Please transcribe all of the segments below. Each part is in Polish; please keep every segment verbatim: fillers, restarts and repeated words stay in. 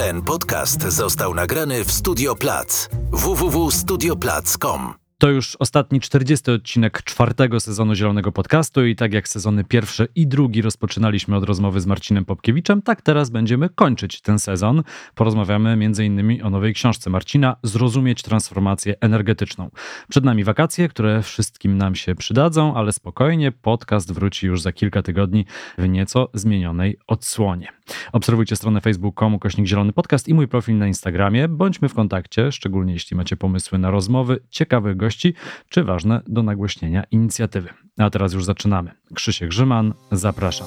Ten podcast został nagrany w Studio Plac. w w w kropka studio plac kropka com. To już ostatni czterdziesty odcinek czwartego sezonu Zielonego Podcastu i tak jak sezony pierwszy i drugi rozpoczynaliśmy od rozmowy z Marcinem Popkiewiczem, tak teraz będziemy kończyć ten sezon. Porozmawiamy m.in. o nowej książce Marcina Zrozumieć transformację energetyczną. Przed nami wakacje, które wszystkim nam się przydadzą, ale spokojnie, podcast wróci już za kilka tygodni w nieco zmienionej odsłonie. Obserwujcie stronę facebook kropka com ukośnik Zielony Podcast i mój profil na Instagramie. Bądźmy w kontakcie, szczególnie jeśli macie pomysły na rozmowy, ciekawych gości, czy ważne do nagłośnienia inicjatywy. A teraz już zaczynamy. Krzysiek Grzyman, zapraszam.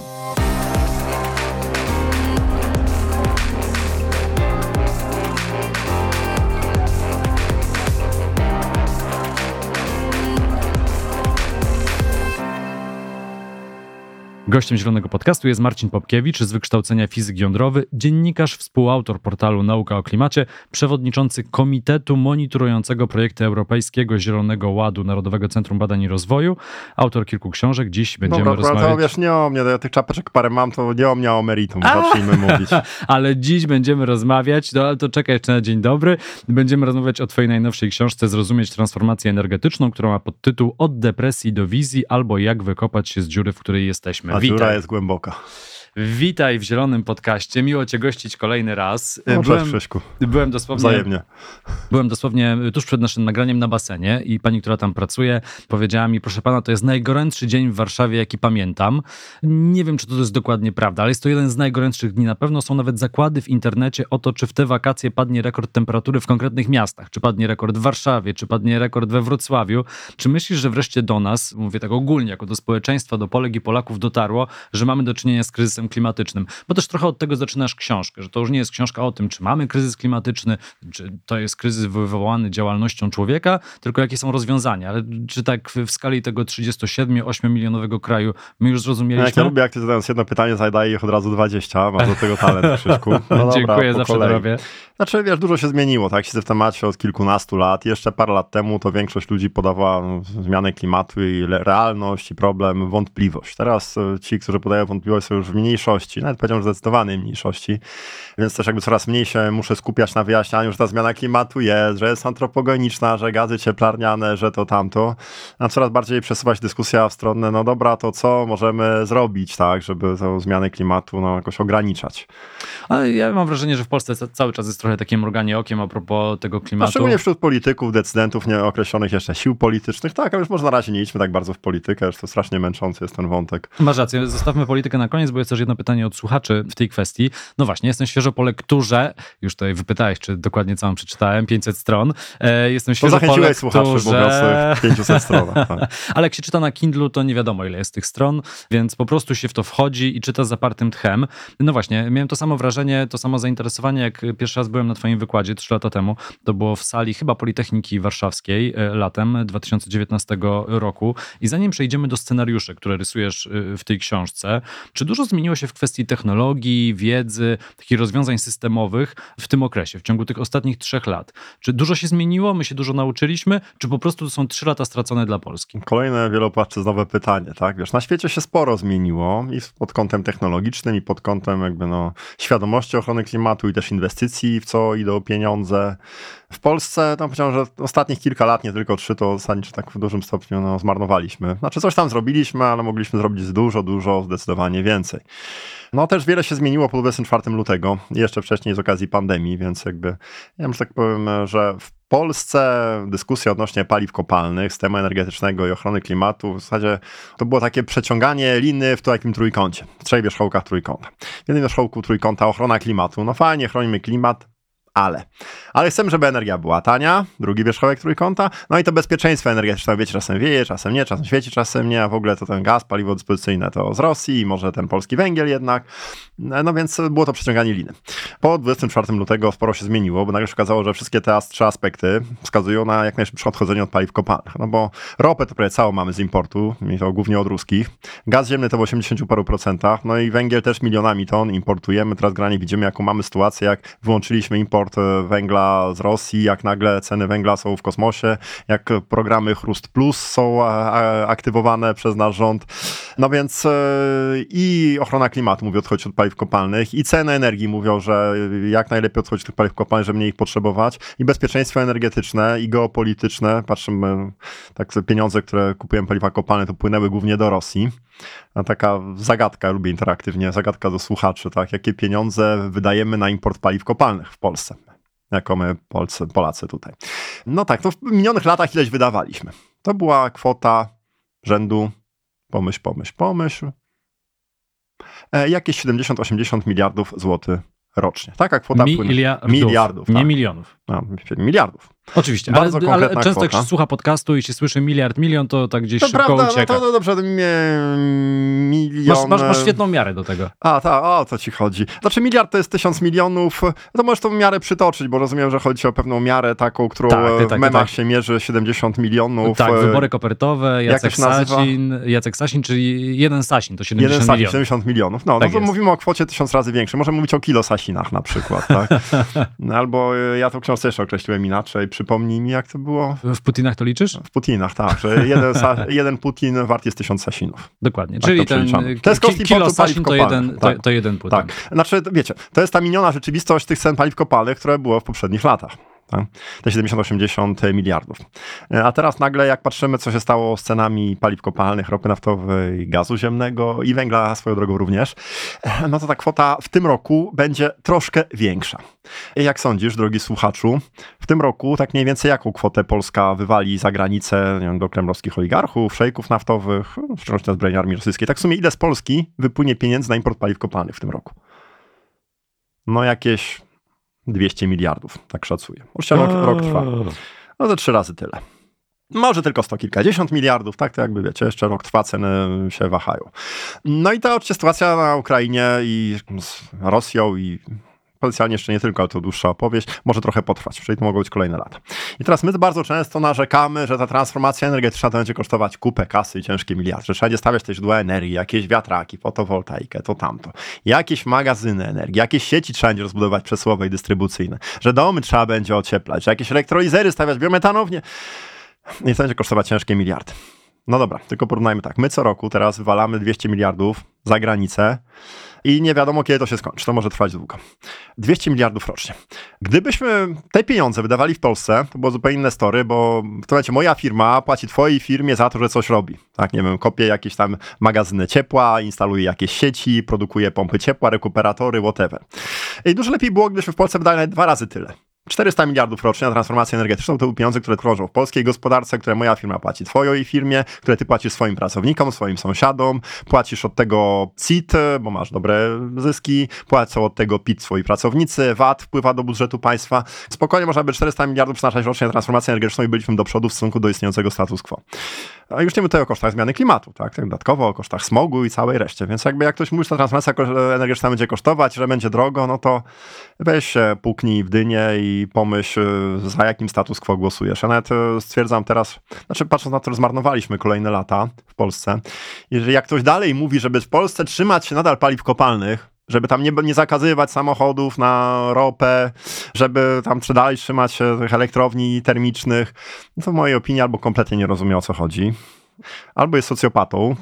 Gościem Zielonego Podcastu jest Marcin Popkiewicz, z wykształcenia fizyk jądrowy, dziennikarz, współautor portalu Nauka o Klimacie, przewodniczący Komitetu Monitorującego projektu Europejskiego Zielonego Ładu Narodowego Centrum Badań i Rozwoju, autor kilku książek. Dziś będziemy Dobra, rozmawiać... to wiesz, nie o mnie, ja tych czapeczek parę mam, to nie o mnie, a o meritum, zacznijmy mówić. Ale dziś będziemy rozmawiać, no ale to czekaj jeszcze na dzień dobry, będziemy rozmawiać o twojej najnowszej książce Zrozumieć transformację energetyczną, która ma podtytuł Od depresji do wizji albo jak wykopać się z dziury, w której jesteśmy. A Witaj. dziura jest głęboka. Witaj w Zielonym Podcaście. Miło cię gościć kolejny raz. No, byłem, cześć, Krzyśku. byłem dosłownie, Wzajemnie. byłem dosłownie tuż przed naszym nagraniem na basenie i pani, która tam pracuje, powiedziała mi, proszę pana, to jest najgorętszy dzień w Warszawie, jaki pamiętam. Nie wiem, czy to jest dokładnie prawda, ale jest to jeden z najgorętszych dni. Na pewno są nawet zakłady w internecie o to, czy w te wakacje padnie rekord temperatury w konkretnych miastach. Czy padnie rekord w Warszawie, czy padnie rekord we Wrocławiu. Czy myślisz, że wreszcie do nas, mówię tak ogólnie, jako do społeczeństwa, do Polek i Polaków dotarło, że mamy do czynienia z kryzysem klimatycznym? Bo też trochę od tego zaczynasz książkę, że to już nie jest książka o tym, czy mamy kryzys klimatyczny, czy to jest kryzys wywołany działalnością człowieka, tylko jakie są rozwiązania. Ale czy tak w skali tego trzydziestu siedmiu ośmiu milionowego kraju my już zrozumieliśmy? Jak ja lubię, jak ty zadając jedno pytanie, zadaję ich od razu dwadzieścia. Masz do tego talent, Krzyśku. No dobra, dziękuję, zawsze to robię. Znaczy, wiesz, dużo się zmieniło, tak? Siedzę w temacie od kilkunastu lat. Jeszcze parę lat temu to większość ludzi podawała no, zmianę klimatu i realność i problem, wątpliwość. Teraz ci, którzy podają wątpliwość, są już w mniejszości, nawet powiedziałem, że zdecydowanej mniejszości, więc też jakby coraz mniej się muszę skupiać na wyjaśnianiu, że ta zmiana klimatu jest, że jest antropogeniczna, że gazy cieplarniane, że to tamto, a coraz bardziej przesuwać dyskusja w stronę, no dobra, to co możemy zrobić, tak, żeby tę zmianę klimatu no, jakoś ograniczać. Ale ja mam wrażenie, że w Polsce cały czas jest trochę takie mruganie okiem a propos tego klimatu. A szczególnie wśród polityków, decydentów, nieokreślonych jeszcze sił politycznych. Tak, ale już może na razie nie idźmy tak bardzo w politykę, że to strasznie męczący jest ten wątek. Masz rację, zostawmy politykę na koniec, bo jest też jedno pytanie od słuchaczy w tej kwestii. No właśnie, jestem świeżo po lekturze, już tutaj wypytałeś, czy dokładnie całą przeczytałem, pięćset stron. E, jestem świeżo to po lekturze. słuchaczy, bo w pięciuset stronach. Tak. Ale jak się czyta na Kindlu, to nie wiadomo, ile jest tych stron, więc po prostu się w to wchodzi i czyta z zapartym tchem. No właśnie, miałem to samo wrażenie, to samo zainteresowanie, jak pierwszy raz byłem na twoim wykładzie trzy lata temu. To było w sali chyba Politechniki Warszawskiej latem dwa tysiące dziewiętnastego roku. I zanim przejdziemy do scenariuszy, które rysujesz w tej książce, czy dużo zmieniło się w kwestii technologii, wiedzy, takich rozwiązań systemowych w tym okresie, w ciągu tych ostatnich trzech lat? Czy dużo się zmieniło, my się dużo nauczyliśmy, czy po prostu to są trzy lata stracone dla Polski? Kolejne wielopłaszczyznowe pytanie, tak? Wiesz, na świecie się sporo zmieniło i pod kątem technologicznym, i pod kątem jakby no świadomości ochrony klimatu, i też inwestycji, w co idą pieniądze. W Polsce, tam powiedziałem, że ostatnich kilka lat, nie tylko trzy, to zasadniczo tak w dużym stopniu no, zmarnowaliśmy. Znaczy coś tam zrobiliśmy, ale mogliśmy zrobić dużo, dużo, zdecydowanie więcej. No też wiele się zmieniło po dwudziestego czwartego lutego, jeszcze wcześniej z okazji pandemii, więc jakby, ja już tak powiem, że w Polsce dyskusja odnośnie paliw kopalnych, systemu energetycznego i ochrony klimatu, w zasadzie to było takie przeciąganie liny w takim trójkącie, w trzech wierzchołkach trójkąta. W jednym wierzchołku trójkąta ochrona klimatu, no fajnie, chronimy klimat, ale. Ale chcemy, żeby energia była tania, drugi wierzchołek trójkąta, no i to bezpieczeństwo energetyczne, wiecie, czasem wieje, czasem nie, czasem świeci, czasem nie, a w ogóle to ten gaz, paliwo dyspozycyjne to z Rosji i może ten polski węgiel jednak, no więc było to przeciąganie liny. Po dwudziestego czwartego lutego sporo się zmieniło, bo nagle się okazało, że wszystkie te trzy aspekty wskazują na jak najszybsze odchodzenie od paliw kopalnych, no bo ropę to prawie całą mamy z importu, i to głównie od ruskich, gaz ziemny to w osiemdziesięciu paru procentach, no i węgiel też milionami ton importujemy, teraz granie widzimy jaką mamy sytuację, jak wyłączyliśmy import import węgla z Rosji, jak nagle ceny węgla są w kosmosie, jak programy Chrust Plus są aktywowane przez nasz rząd. No więc i ochrona klimatu mówi odchodzić od paliw kopalnych, i ceny energii mówią, że jak najlepiej odchodzić od tych paliw kopalnych, żeby mniej ich potrzebować, i bezpieczeństwo energetyczne, i geopolityczne. Patrzymy, tak pieniądze, które kupujemy paliwa kopalne, to płynęły głównie do Rosji. A taka zagadka, lubię interaktywnie, zagadka do słuchaczy, tak? Jakie pieniądze wydajemy na import paliw kopalnych w Polsce? Jako my Polscy, Polacy tutaj. No tak, to w minionych latach ileś wydawaliśmy. To była kwota rzędu, pomyśl, pomyśl, pomyśl, e, jakieś siedemdziesiąt osiemdziesiąt miliardów złotych rocznie. Taka kwota Miliardów, płynie. Miliardów. Nie tak. milionów. No, miliardów. Oczywiście, Bardzo ale, ale często kwota. jak się słucha podcastu i się słyszy miliard, milion, to tak gdzieś To szybko prawda, ucieka. no to, to dobrze, milion... Masz, masz, masz świetną miarę do tego. A, tak, o co ci chodzi? Znaczy miliard to jest tysiąc milionów, to możesz tą miarę przytoczyć, bo rozumiem, że chodzi o pewną miarę taką, którą Tak, w tak, memach tak. się mierzy siedemdziesiąt milionów. Tak, wybory kopertowe, Jacek to się nazywa? Sasin, Jacek Sasin, czyli jeden Sasin, to Jeden siedemdziesiąt Sasin, milionów. siedemdziesiąt milionów. No, Tak no to jest. mówimy o kwocie tysiąc razy większej. Możemy mówić o kilo Sasinach na przykład, tak? No, albo y, ja to w książce jeszcze określiłem inaczej. Przypomnij mi, jak to było? W Putinach to liczysz? W Putinach, tak, że jeden, sa, jeden Putin wart jest tysiąc Sasinów. Dokładnie, Tak czyli to ten przeliczamy. To jest ki- koszt kilo importu paliw Sasin to kopalnych. jeden, Tak. to, to jeden Putin. Tak, znaczy, wiecie, to jest ta miniona rzeczywistość tych cen paliw kopalnych, które było w poprzednich latach. Tak? Te siedemdziesiąt osiemdziesiąt miliardów. A teraz nagle, jak patrzymy, co się stało z cenami paliw kopalnych, ropy naftowej, gazu ziemnego i węgla swoją drogą również, no to ta kwota w tym roku będzie troszkę większa. Jak sądzisz, drogi słuchaczu, w tym roku tak mniej więcej jaką kwotę Polska wywali za granicę, nie wiem, do kremlowskich oligarchów, szejków naftowych, w szczególności na zbrojenie armii rosyjskiej? Tak w sumie ile z Polski wypłynie pieniędzy na import paliw kopalnych w tym roku? No jakieś dwieście miliardów, tak szacuję. Oczywiście rok, rok trwa. No to trzy razy tyle. Może tylko sto kilkadziesiąt miliardów, tak to jakby wiecie, jeszcze rok trwa, ceny się wahają. No i ta oczywiście sytuacja na Ukrainie i z Rosją i potencjalnie jeszcze nie tylko, ale to dłuższa opowieść, może trochę potrwać, czyli to mogą być kolejne lata. I teraz my bardzo często narzekamy, że ta transformacja energetyczna to będzie kosztować kupę kasy i ciężkie miliardy, że trzeba będzie stawiać te źródła energii, jakieś wiatraki, fotowoltaikę, to tamto, jakieś magazyny energii, jakieś sieci trzeba będzie rozbudować przesyłowe i dystrybucyjne, że domy trzeba będzie ocieplać, że jakieś elektrolizery stawiać, biometanownie. I to będzie kosztować ciężkie miliardy. No dobra, tylko porównajmy tak. My co roku teraz wywalamy dwieście miliardów za granicę i nie wiadomo, kiedy to się skończy. To może trwać długo. dwieście miliardów rocznie. Gdybyśmy te pieniądze wydawali w Polsce, to było zupełnie inne story, bo w tym momencie moja firma płaci twojej firmie za to, że coś robi. Tak, nie wiem, kopie jakieś tam magazyny ciepła, instaluje jakieś sieci, produkuje pompy ciepła, rekuperatory, whatever. I dużo lepiej było, gdybyśmy w Polsce wydali nawet dwa razy tyle. czterysta miliardów rocznie na transformację energetyczną to były pieniądze, które krążą w polskiej gospodarce, które moja firma płaci twojej firmie, które ty płacisz swoim pracownikom, swoim sąsiadom, płacisz od tego C I T, bo masz dobre zyski, płacą od tego P I T swoi pracownicy, V A T wpływa do budżetu państwa. Spokojnie można by czterysta miliardów przeznaczać rocznie na transformację energetyczną i byliśmy do przodu w stosunku do istniejącego status quo. A już nie mówię tutaj o kosztach zmiany klimatu, tak? Dodatkowo o kosztach smogu i całej reszcie. Więc jakby jak ktoś mówi, że ta transformacja energetyczna będzie kosztować, że będzie drogo, no to weź się puknij w dynię i pomyśl, za jakim status quo głosujesz. Ja nawet stwierdzam teraz, znaczy patrząc na to, że zmarnowaliśmy kolejne lata w Polsce, jeżeli jak ktoś dalej mówi, żeby w Polsce trzymać się nadal paliw kopalnych, żeby tam nie, nie zakazywać samochodów na ropę, żeby tam dalej trzymać się tych elektrowni termicznych, no to w mojej opinii albo kompletnie nie rozumie, o co chodzi, albo jest socjopatą,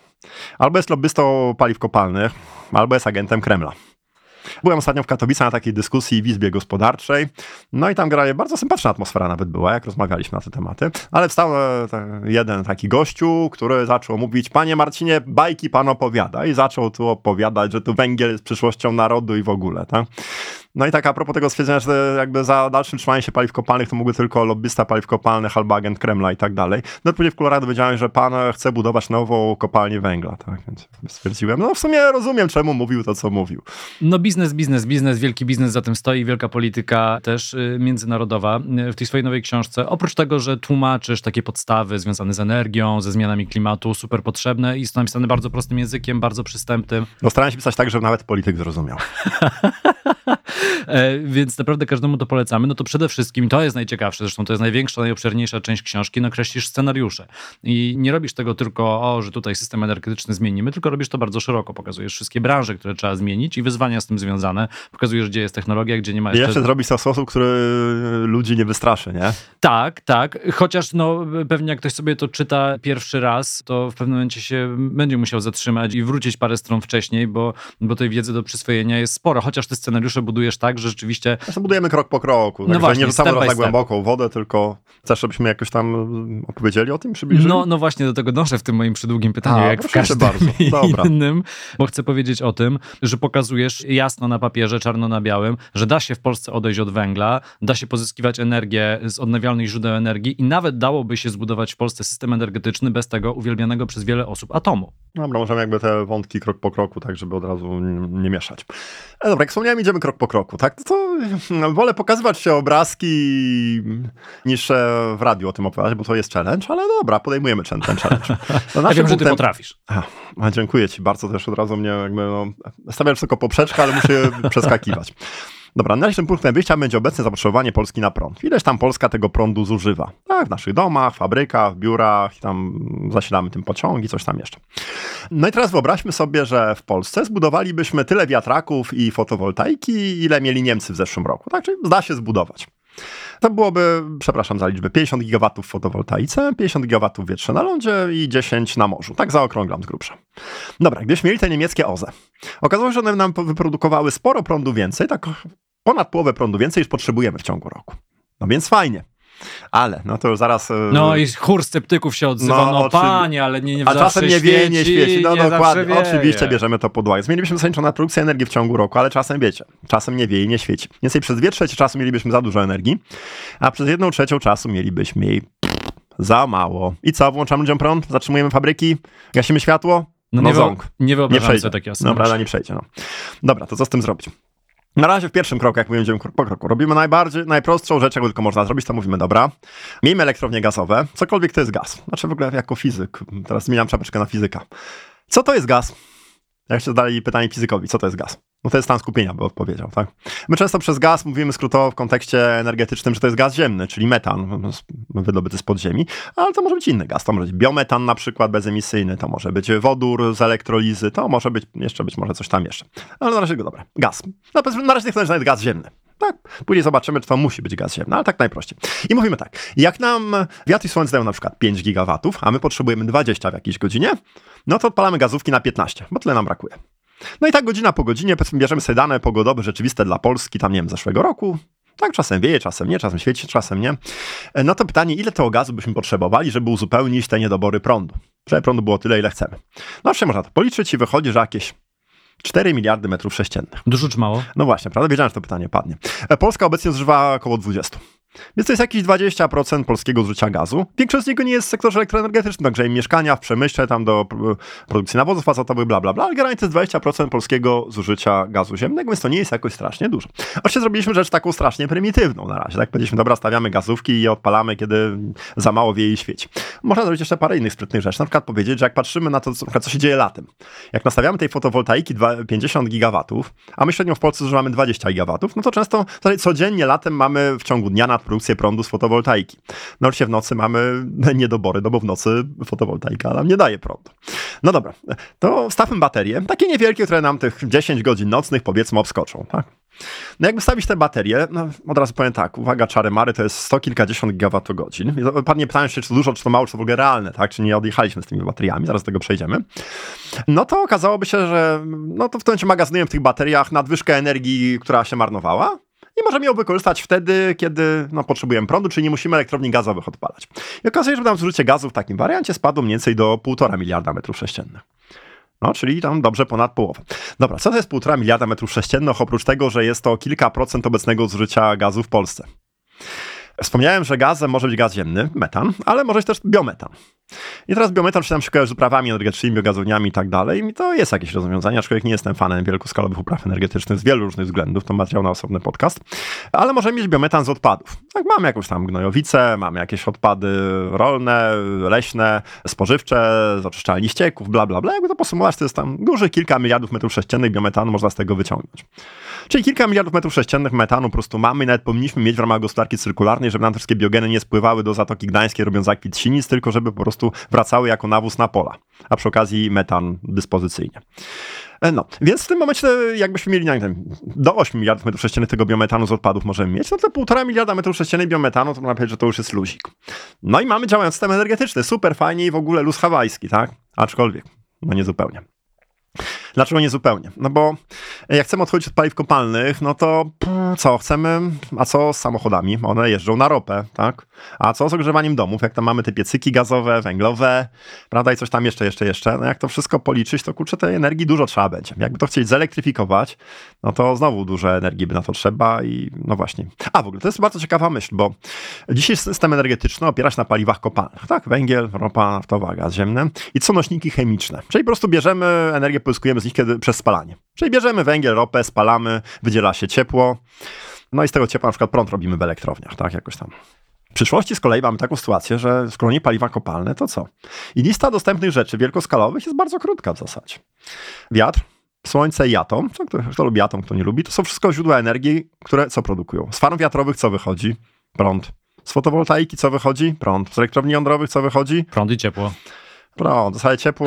albo jest lobbystą paliw kopalnych, albo jest agentem Kremla. Byłem ostatnio w Katowicach na takiej dyskusji w Izbie Gospodarczej, no i tam gra bardzo sympatyczna atmosfera nawet była, jak rozmawialiśmy na te tematy, ale wstał jeden taki gościu, który zaczął mówić: panie Marcinie, bajki pan opowiada, i zaczął tu opowiadać, że tu węgiel jest przyszłością narodu i w ogóle, tak? No i tak a propos tego stwierdzenia, że jakby za dalszym trzymaniem się paliw kopalnych to mógłby tylko lobbysta paliw kopalnych albo agent Kremla i tak dalej. No później w kuluarach dowiedziałem, że pan chce budować nową kopalnię węgla, tak? Więc stwierdziłem, no w sumie rozumiem, czemu mówił to, co mówił. No biznes, biznes, biznes, wielki biznes za tym stoi, wielka polityka też międzynarodowa. W tej swojej nowej książce, oprócz tego, że tłumaczysz takie podstawy związane z energią, ze zmianami klimatu, super potrzebne i jest to napisane bardzo prostym językiem, bardzo przystępnym. No starałem się pisać tak, żeby nawet polityk zrozumiał. E, więc naprawdę każdemu to polecamy. No to przede wszystkim, to jest najciekawsze, zresztą to jest największa, najobszerniejsza część książki, no kreślisz scenariusze. I nie robisz tego tylko, o, że tutaj system energetyczny zmienimy, tylko robisz to bardzo szeroko. Pokazujesz wszystkie branże, które trzeba zmienić i wyzwania z tym związane. Pokazujesz, gdzie jest technologia, gdzie nie ma jeszcze... I jeszcze zrobisz to w sposób, który ludzi nie wystraszy, nie? Tak, tak. Chociaż no pewnie jak ktoś sobie to czyta pierwszy raz, to w pewnym momencie się będzie musiał zatrzymać i wrócić parę stron wcześniej, bo, bo tej wiedzy do przyswojenia jest sporo. Chociaż te scenariusze budujesz tak, że rzeczywiście... Znaczy budujemy krok po kroku. No właśnie, nie rzucamy step by na step. głęboką wodę, tylko chcesz, żebyśmy jakoś tam opowiedzieli o tym, przybliżyli? No, no właśnie do tego dążę w tym moim przydługim pytaniu, A, jak w proszę każdym bardzo. Dobra. innym, bo chcę powiedzieć o tym, że pokazujesz jasno na papierze, czarno na białym, że da się w Polsce odejść od węgla, da się pozyskiwać energię z odnawialnych źródeł energii i nawet dałoby się zbudować w Polsce system energetyczny bez tego uwielbianego przez wiele osób atomu. Dobra, możemy jakby te wątki krok po kroku, tak żeby od razu nie, nie mieszać. E, dobra, jak wspomniałem, idziemy krok po kroku, tak? To, to no, wolę pokazywać się obrazki niż e, w radiu o tym opowiadać, bo to jest challenge, ale dobra, podejmujemy ten, ten challenge. No, Ja wiem, że ty punktem... potrafisz. A, a, dziękuję ci bardzo, też od razu mnie jakby, no, stawiam tylko poprzeczkę, ale muszę je przeskakiwać. Dobra, naszym punktem wyjścia będzie obecne zapotrzebowanie Polski na prąd. Ileż tam Polska tego prądu zużywa? Tak, w naszych domach, fabrykach, biurach, tam zasilamy tym pociągi, coś tam jeszcze. No i teraz wyobraźmy sobie, że w Polsce zbudowalibyśmy tyle wiatraków i fotowoltaiki, ile mieli Niemcy w zeszłym roku. Tak, czyli da się zbudować. To byłoby, przepraszam za liczbę, pięćdziesiąt gigawatów w fotowoltaice, pięćdziesiąt gigawatów w wietrze na lądzie i dziesięć na morzu. Tak zaokrąglam z grubsza. Dobra, gdybyśmy mieli te niemieckie O Z E, okazało się, że one nam wyprodukowały sporo prądu więcej, tak ponad połowę prądu więcej, niż potrzebujemy w ciągu roku. No więc fajnie. Ale, no to już zaraz... No i chór sceptyków się odzywa, no, no oczywi- panie, ale nie, nie A czasem nie wieje, nie świeci. No nie dokładnie, wieje. oczywiście bierzemy to pod uwagę. Zmienilibyśmy zasadniczo na produkcję energii w ciągu roku, ale czasem wiecie, czasem nie wieje, nie świeci. Więc przez dwie trzecie czasu mielibyśmy za dużo energii, a przez jedną trzecią czasu mielibyśmy jej za mało. I co, włączamy ludziom prąd, zatrzymujemy fabryki, gasimy światło? No, No nie, ząg. nie Nie wyobrażam przejdzie. sobie takiego No prawda, nie przejdzie. No. Dobra, to co z tym zrobić? Na razie w pierwszym kroku, jak mówimy, idziemy krok po kroku, robimy najbardziej, najprostszą rzecz, jaką tylko można zrobić, to mówimy, dobra, miejmy elektrownie gazowe, cokolwiek to jest gaz. Znaczy w ogóle jako fizyk, teraz zmieniam czapeczkę na fizyka. Co to jest gaz? Jak się zadali pytanie fizykowi, co to jest gaz? No to jest stan skupienia, by odpowiedział, tak? My często przez gaz mówimy skrótowo w kontekście energetycznym, że to jest gaz ziemny, czyli metan wydobyty z podziemi, ale to może być inny gaz, to może być biometan na przykład bezemisyjny, to może być wodór z elektrolizy, to może być jeszcze być może coś tam jeszcze. Ale na razie go dobra, gaz. No, na razie to jest gaz ziemny. Tak, później zobaczymy, czy to musi być gaz ziemny, ale tak najprościej. I mówimy tak, jak nam wiatr i słońce dają na przykład pięć gigawatów, a my potrzebujemy dwadzieścia w jakiejś godzinie, no to odpalamy gazówki na piętnaście, bo tyle nam brakuje. No i tak godzina po godzinie, powiedzmy, bierzemy sobie dane pogodowe rzeczywiste dla Polski, tam nie wiem, zeszłego roku. Tak, czasem wieje, czasem nie, czasem świeci, czasem nie. No to pytanie, ile tego gazu byśmy potrzebowali, żeby uzupełnić te niedobory prądu? Żeby prądu było tyle, ile chcemy. No jeszcze można to policzyć i wychodzi, że jakieś cztery miliardy metrów sześciennych. Dużo czy mało? No właśnie, prawda? Wiedziałem, że to pytanie padnie. Polska obecnie zużywa około dwadzieścia. Więc to jest jakieś dwadzieścia procent polskiego zużycia gazu. Większość z niego nie jest w sektorze elektroenergetycznym, także i mieszkania, w przemyśle, tam do produkcji nawozów azotowych, bla, bla, bla, ale generalnie to jest dwadzieścia procent polskiego zużycia gazu ziemnego, więc to nie jest jakoś strasznie dużo. Oczywiście zrobiliśmy rzecz taką strasznie prymitywną na razie, tak? Powiedzieliśmy, dobra, stawiamy gazówki i je odpalamy, kiedy za mało wieje i świeci. Można zrobić jeszcze parę innych sprytnych rzeczy, na przykład powiedzieć, że jak patrzymy na to, co, co się dzieje latem, jak nastawiamy tej fotowoltaiki pięćdziesiąt gigawatów, a my średnio w Polsce zużywamy dwadzieścia gigawatów, no to często codziennie latem mamy w ciągu dnia na produkcję prądu z fotowoltaiki. No oczywiście w nocy mamy niedobory, no bo w nocy fotowoltaika nam nie daje prądu. No dobra, to stawmy baterie, takie niewielkie, które nam tych dziesięć godzin nocnych powiedzmy obskoczą, tak? No jakby stawić te baterie, no od razu powiem tak, uwaga, czary mary, to jest sto kilkadziesiąt gigawatogodzin. Padnie pytanie, czy to dużo, czy to mało, czy to w ogóle realne, tak? Czy nie odjechaliśmy z tymi bateriami, zaraz do tego przejdziemy. No to okazałoby się, że no to w tym momencie magazynujemy w tych bateriach nadwyżkę energii, która się marnowała. I możemy ją wykorzystać wtedy, kiedy no, potrzebujemy prądu, czyli nie musimy elektrowni gazowych odpalać. I okazuje się, że tam zużycie gazu w takim wariancie spadło mniej więcej do półtora miliarda metrów sześciennych. No, czyli tam dobrze ponad połowę. Dobra, co to jest półtora miliarda metrów sześciennych, oprócz tego, że jest to kilka procent obecnego zużycia gazu w Polsce? Wspomniałem, że gazem może być gaz ziemny, metan, ale może być też biometan. I teraz biometan się nam się kojarzy z uprawami energetycznymi, biogazowniami i tak dalej. I to jest jakieś rozwiązanie, aczkolwiek nie jestem fanem wielkoskalowych upraw energetycznych z wielu różnych względów. To materiał na osobny podcast. Ale możemy mieć biometan z odpadów. Tak, mamy jakąś tam gnojowicę, mamy jakieś odpady rolne, leśne, spożywcze, z oczyszczalni ścieków, bla, bla, bla. Jakby to podsumować, to jest tam duży kilka miliardów metrów sześciennych biometanu można z tego wyciągnąć. Czyli kilka miliardów metrów sześciennych metanu po prostu mamy i nawet powinniśmy mieć w ramach gospodarki cyrkularnej, żeby nam te wszystkie biogeny nie spływały do Zatoki Gdańskiej, robiąc zakwit sinic, tylko żeby po prostu wracały jako nawóz na pola, a przy okazji metan dyspozycyjnie. No, więc w tym momencie jakbyśmy mieli, nie wiem, do ośmiu miliardów metrów sześciennych tego biometanu z odpadów możemy mieć, no to półtora miliarda metrów sześciennych biometanu, to można powiedzieć, że to już jest luzik. No i mamy działający system energetyczny, super fajnie i w ogóle luz hawajski, tak? Aczkolwiek, no nie zupełnie. Dlaczego nie zupełnie? No bo jak chcemy odchodzić od paliw kopalnych, no to co chcemy, a co z samochodami? One jeżdżą na ropę, tak? A co z ogrzewaniem domów? Jak tam mamy te piecyki gazowe, węglowe, prawda? I coś tam jeszcze, jeszcze, jeszcze. No jak to wszystko policzyć, to kurczę, tej energii dużo trzeba będzie. Jakby to chcieć zelektryfikować, no to znowu dużo energii by na to trzeba i no właśnie. A w ogóle to jest bardzo ciekawa myśl, bo dzisiaj system energetyczny opiera się na paliwach kopalnych, tak? Węgiel, ropa naftowa, gaz ziemny i co nośniki chemiczne. Czyli po prostu bierzemy energię, pozyskujemy z nich kiedy, przez spalanie. Czyli bierzemy węgiel, ropę, spalamy, wydziela się ciepło, no i z tego ciepła na przykład prąd robimy w elektrowniach, tak, jakoś tam. W przyszłości z kolei mamy taką sytuację, że skoro nie paliwa kopalne, to co? I lista dostępnych rzeczy wielkoskalowych jest bardzo krótka w zasadzie. Wiatr, słońce i atom, kto, kto lubi atom, kto nie lubi, to są wszystko źródła energii, które co produkują? Z farm wiatrowych co wychodzi? Prąd. Z fotowoltaiki co wychodzi? Prąd. Z elektrowni jądrowych co wychodzi? Prąd i ciepło. Prąd, w zasadzie ciepło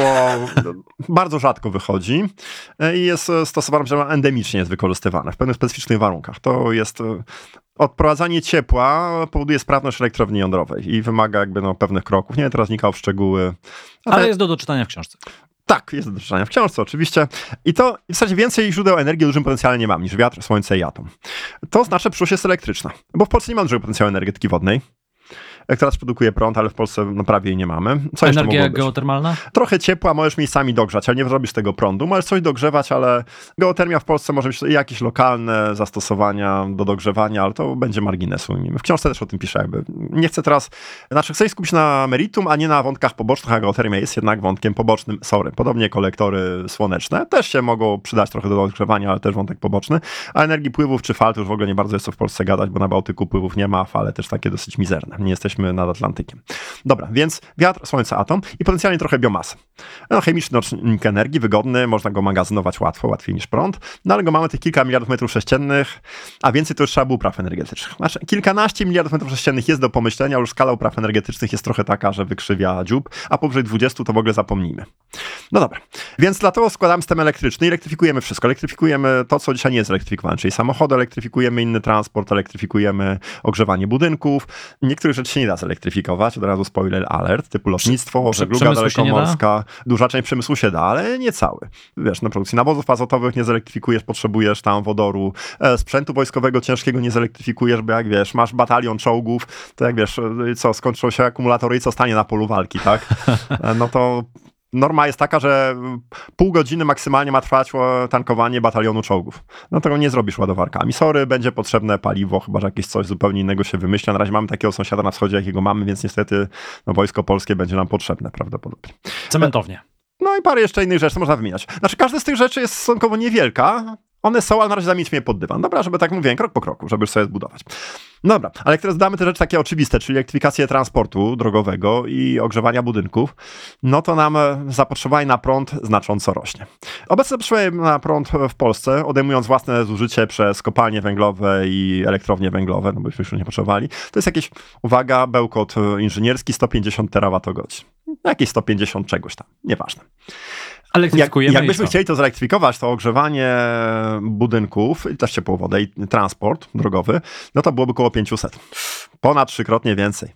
bardzo rzadko wychodzi i jest stosowane, że endemicznie jest wykorzystywane w pewnych specyficznych warunkach. To jest odprowadzanie ciepła powoduje sprawność elektrowni jądrowej i wymaga jakby no, pewnych kroków. Nie, teraz wnikał w szczegóły. Ale te... jest do doczytania w książce. Tak, jest do doczytania w książce oczywiście. I to w zasadzie więcej źródeł energii o dużym potencjale nie mam niż wiatr, słońce i atom. To znaczy przyszłość jest elektryczna, bo w Polsce nie ma dużego potencjału energetyki wodnej. Teraz produkuje prąd, ale w Polsce no, prawie jej nie mamy. Co Energia geotermalna? Trochę ciepła możesz miejscami dogrzać, ale nie zrobisz tego prądu. Możesz coś dogrzewać, ale geotermia w Polsce może mieć jakieś lokalne zastosowania do dogrzewania, ale to będzie marginesu. W książce też o tym piszę. Jakby. Nie chcę teraz, znaczy chcę skupić się na meritum, a nie na wątkach pobocznych, a geotermia jest jednak wątkiem pobocznym. Sorry. Podobnie kolektory słoneczne też się mogą przydać trochę do dogrzewania, ale też wątek poboczny. A energii pływów czy fal to już w ogóle nie bardzo jest co w Polsce gadać, bo na Bałtyku pływów nie ma, a fale też takie dosyć mizerne. Nie jesteśmy nad Atlantykiem. Dobra, więc wiatr, słońce, atom i potencjalnie trochę biomasy. No, chemiczny nośnik energii, wygodny, można go magazynować łatwo, łatwiej niż prąd, no ale go mamy tych kilka miliardów metrów sześciennych, a więcej to już trzeba było upraw energetycznych. Znaczy, kilkanaście miliardów metrów sześciennych jest do pomyślenia, już skala upraw energetycznych jest trochę taka, że wykrzywia dziób, a powyżej dwudziestu to w ogóle zapomnijmy. No dobra, więc dlatego składamy system elektryczny i elektryfikujemy wszystko. Elektryfikujemy to, co dzisiaj nie jest elektryfikowane, czyli samochody, elektryfikujemy inny transport, elektryfikujemy ogrzewanie budynków. Niektórych rzeczy się nie da zelektryfikować, od razu spoiler alert, typu lotnictwo, żegluga dalekomorska, duża część przemysłu się da, ale nie cały. Wiesz, na produkcji nawozów azotowych nie zelektryfikujesz, potrzebujesz tam wodoru, e, sprzętu wojskowego ciężkiego nie zelektryfikujesz, bo jak wiesz, masz batalion czołgów, to jak wiesz, co, skończą się akumulatory i co stanie na polu walki, tak? E, no to norma jest taka, że pół godziny maksymalnie ma trwać tankowanie batalionu czołgów. No tego nie zrobisz ładowarkami. Sorry, będzie potrzebne paliwo, chyba że jakieś coś zupełnie innego się wymyśla. Na razie mamy takiego sąsiada na wschodzie, jakiego mamy, więc niestety no, wojsko polskie będzie nam potrzebne prawdopodobnie. Cementownie. No i parę jeszcze innych rzeczy można wymieniać. Znaczy każda z tych rzeczy jest stosunkowo niewielka. One są, ale na razie zamiećmy je pod dywan. Dobra, żeby tak mówiłem, krok po kroku, żeby już sobie zbudować. Dobra, ale jak teraz damy te rzeczy takie oczywiste, czyli elektryfikację transportu drogowego i ogrzewania budynków, no to nam zapotrzebowanie na prąd znacząco rośnie. Obecne zapotrzebowanie na prąd w Polsce, odejmując własne zużycie przez kopalnie węglowe i elektrownie węglowe, no bo byśmy już nie potrzebowali, to jest jakieś, uwaga, bełkot inżynierski, sto pięćdziesiąt terawatogodzin. Jakieś sto pięćdziesiąt czegoś tam, nieważne. Elektryfikujemy. Jak, jakbyśmy chcieli to zelektryfikować, to ogrzewanie budynków, i też ciepłą wodę i transport drogowy, no to byłoby około pięćset. Ponad trzykrotnie więcej.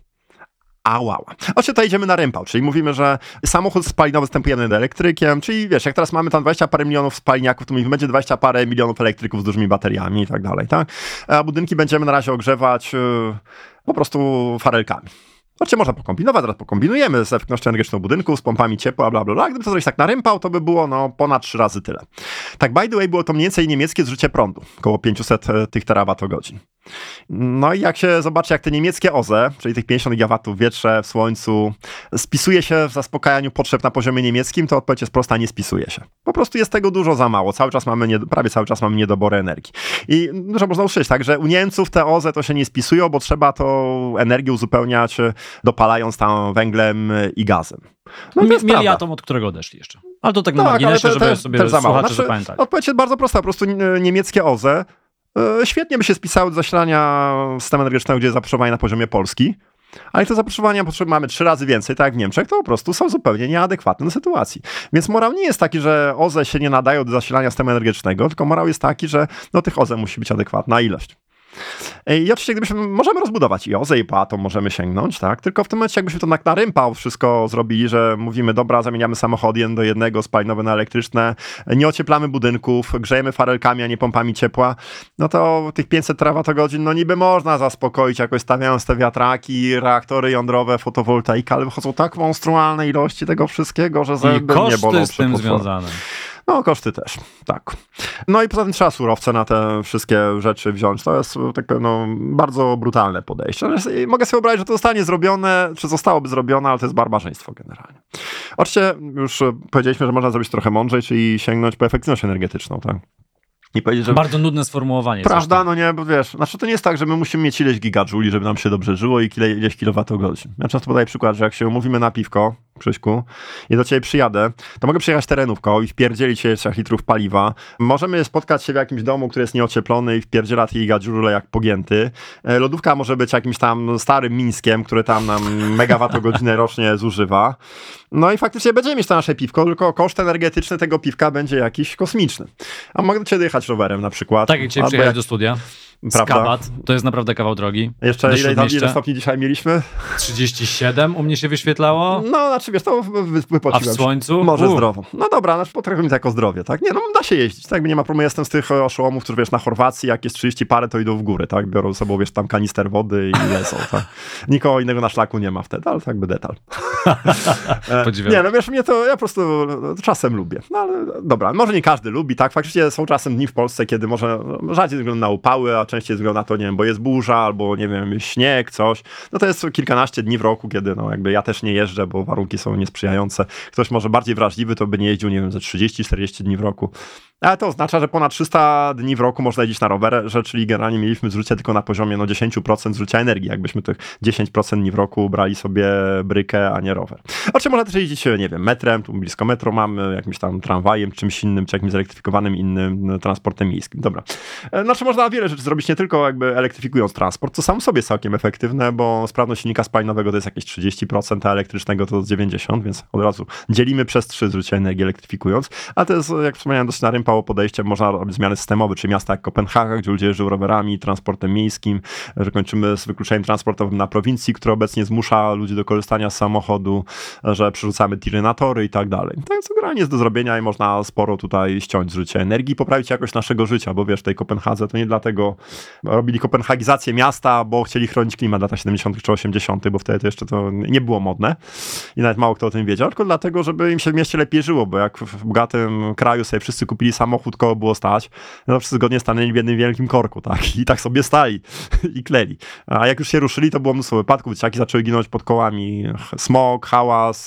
A wow. Oczywiście tutaj idziemy na rympał, czyli mówimy, że samochód spalinowy zastępujemy elektrykiem, czyli wiesz, jak teraz mamy tam dwadzieścia parę milionów spaliniaków, to mówimy, będzie dwadzieścia parę milionów elektryków z dużymi bateriami i tak dalej, tak? A budynki będziemy na razie ogrzewać yy, po prostu farelkami. Oczywiście można pokombinować, teraz pokombinujemy z efektywnością energetyczną budynku, z pompami ciepła, bla, bla, bla. Gdyby to zrobić tak na rympał, to by było no, ponad trzy razy tyle. Tak by the way było to mniej więcej niemieckie zużycie prądu, około pięćset tych terawatogodzin. No i jak się zobaczy, jak te niemieckie O Z E, czyli tych pięćdziesiąt gigawatów w wietrze, w słońcu, spisuje się w zaspokajaniu potrzeb na poziomie niemieckim, to odpowiedź jest prosta, nie spisuje się. Po prostu jest tego dużo za mało. Cały czas mamy, nie, prawie cały czas mamy niedobory energii. I że można usłyszeć, tak, że u Niemców te O Z E to się nie spisują, bo trzeba to energię uzupełniać, dopalając tam węglem i gazem. No Mi, mieli atom, od którego odeszli jeszcze. Ale to tak na tak, marginesie, żeby sobie też słuchacze znaczy, zapamiętali. Odpowiedź jest bardzo prosta. Po prostu niemieckie O Z E yy, świetnie by się spisały do zasilania systemu energetycznego, gdzie jest zapotrzebowanie na poziomie Polski, ale to zapotrzebowania mamy trzy razy więcej, tak jak w Niemczech, to po prostu są zupełnie nieadekwatne do sytuacji. Więc morał nie jest taki, że O Z E się nie nadają do zasilania systemu energetycznego, tylko morał jest taki, że no, tych O Z E musi być adekwatna ilość. I oczywiście gdybyśmy, możemy rozbudować i O Z E i po atom możemy sięgnąć, tak? Tylko w tym momencie jakbyśmy to na, na rympał wszystko zrobili, że mówimy, dobra, zamieniamy samochód jeden do jednego, spalinowe na elektryczne, nie ocieplamy budynków, grzejemy farelkami, a nie pompami ciepła, no to tych pięćset terawatogodzin, no niby można zaspokoić, jakoś stawiając te wiatraki, reaktory jądrowe, fotowoltaika, ale wychodzą tak monstrualne ilości tego wszystkiego, że zęby nie bolą. I koszty z tym związane. No, koszty też, tak. No i poza tym trzeba surowce na te wszystkie rzeczy wziąć. To jest tak no, bardzo brutalne podejście. I mogę sobie wyobrazić, że to zostanie zrobione, czy zostałoby zrobione, ale to jest barbarzyństwo generalnie. Oczywiście już powiedzieliśmy, że można zrobić trochę mądrzej, czyli sięgnąć po efektywność energetyczną, tak? I powiedzieć, że... Bardzo nudne sformułowanie. Prawda, no nie, bo wiesz, znaczy to nie jest tak, że my musimy mieć ileś gigadżuli, żeby nam się dobrze żyło i ileś kilowatogodzin. Ja często podaję przykład, że jak się umówimy na piwko, Krzyśku, i do ciebie przyjadę, to mogę przyjechać terenówką i wpierdzielić się trzech litrów paliwa. Możemy spotkać się w jakimś domu, który jest nieocieplony i wpierdziela tych gigadżule jak pogięty. Lodówka może być jakimś tam starym Mińskiem, który tam nam megawattogodzinę rocznie zużywa. No i faktycznie będziemy mieć to nasze piwko, tylko koszt energetyczny tego piwka będzie jakiś kosmiczny. A mogę do ciebie dojechać rowerem na przykład. Tak, jak cię przyjechać jak... do studia. Skabat, to jest naprawdę kawał drogi. Jeszcze ile, tam, ile stopni dzisiaj mieliśmy? trzydzieści siedem u mnie się wyświetlało. No, znaczy wiesz, to wypociłem. A w słońcu? Może U. zdrowo. No dobra, znaczy potrafię to jako zdrowie, tak? Nie, no da się jeździć, tak? Nie ma problemu. Jestem z tych oszołomów, którzy wiesz, na Chorwacji, jak jest trzydzieści parę, to idą w górę, tak? Biorą ze sobą, wiesz, tam kanister wody i lecą, tak? Nikogo innego na szlaku nie ma wtedy, ale tak by detal. Podziwiam. Nie, no wiesz, mnie to, ja po prostu czasem lubię. No ale dobra, może nie każdy lubi, tak? Faktycznie są czasem dni w Polsce, kiedy może no, rzadziej ze względu na upały, a częściej ze względu na to, nie wiem, bo jest burza, albo nie wiem, śnieg, coś. No to jest kilkanaście dni w roku, kiedy no jakby ja też nie jeżdżę, bo warunki są niesprzyjające. Ktoś może bardziej wrażliwy, to by nie jeździł, nie wiem, ze trzydzieści czterdzieści dni w roku. Ale to oznacza, że ponad trzysta dni w roku można jeździć na rowerze, czyli generalnie mieliśmy zużycie tylko na poziomie no, dziesięć procent zużycia energii, jakbyśmy tych dziesięć procent dni w roku brali sobie brykę, a nie rower. Oczywiście można też jeździć, nie wiem, metrem, tu blisko metro mamy, jakimś tam tramwajem, czymś innym, czy jakimś zelektryfikowanym innym transportem miejskim. Dobra. Znaczy można wiele rzeczy zrobić, nie tylko jakby elektryfikując transport, co sam w sobie jest całkiem efektywne, bo sprawność silnika spalinowego to jest jakieś trzydzieści procent, a elektrycznego to dziewięćdziesiąt procent, więc od razu dzielimy przez trzy zużycie energii elektryfikując, a to jest, jak wspomniałem, dosyć na rynku podejście, można robić zmiany systemowe, czy miasta jak Kopenhaga, gdzie ludzie jeżdżą rowerami, transportem miejskim, że kończymy z wykluczeniem transportowym na prowincji, które obecnie zmusza ludzi do korzystania z samochodu, że przerzucamy tiry na tory i tak dalej. To jest generalnie jest do zrobienia i można sporo tutaj ściąć zużycie energii i poprawić jakość naszego życia, bo wiesz, w tej Kopenhadze to nie dlatego robili kopenhagizację miasta, bo chcieli chronić klimat w latach siedemdziesiątych czy osiemdziesiątych, bo wtedy to jeszcze to nie było modne i nawet mało kto o tym wiedział, tylko dlatego, żeby im się w mieście lepiej żyło, bo jak w bogatym kraju sobie wszyscy kupili samochód, koło było stać, no to wszyscy zgodnie stanęli w jednym wielkim korku, tak? I tak sobie stali i kleli. A jak już się ruszyli, to było mnóstwo wypadków, dzieciaki zaczęły ginąć pod kołami, smog, hałas.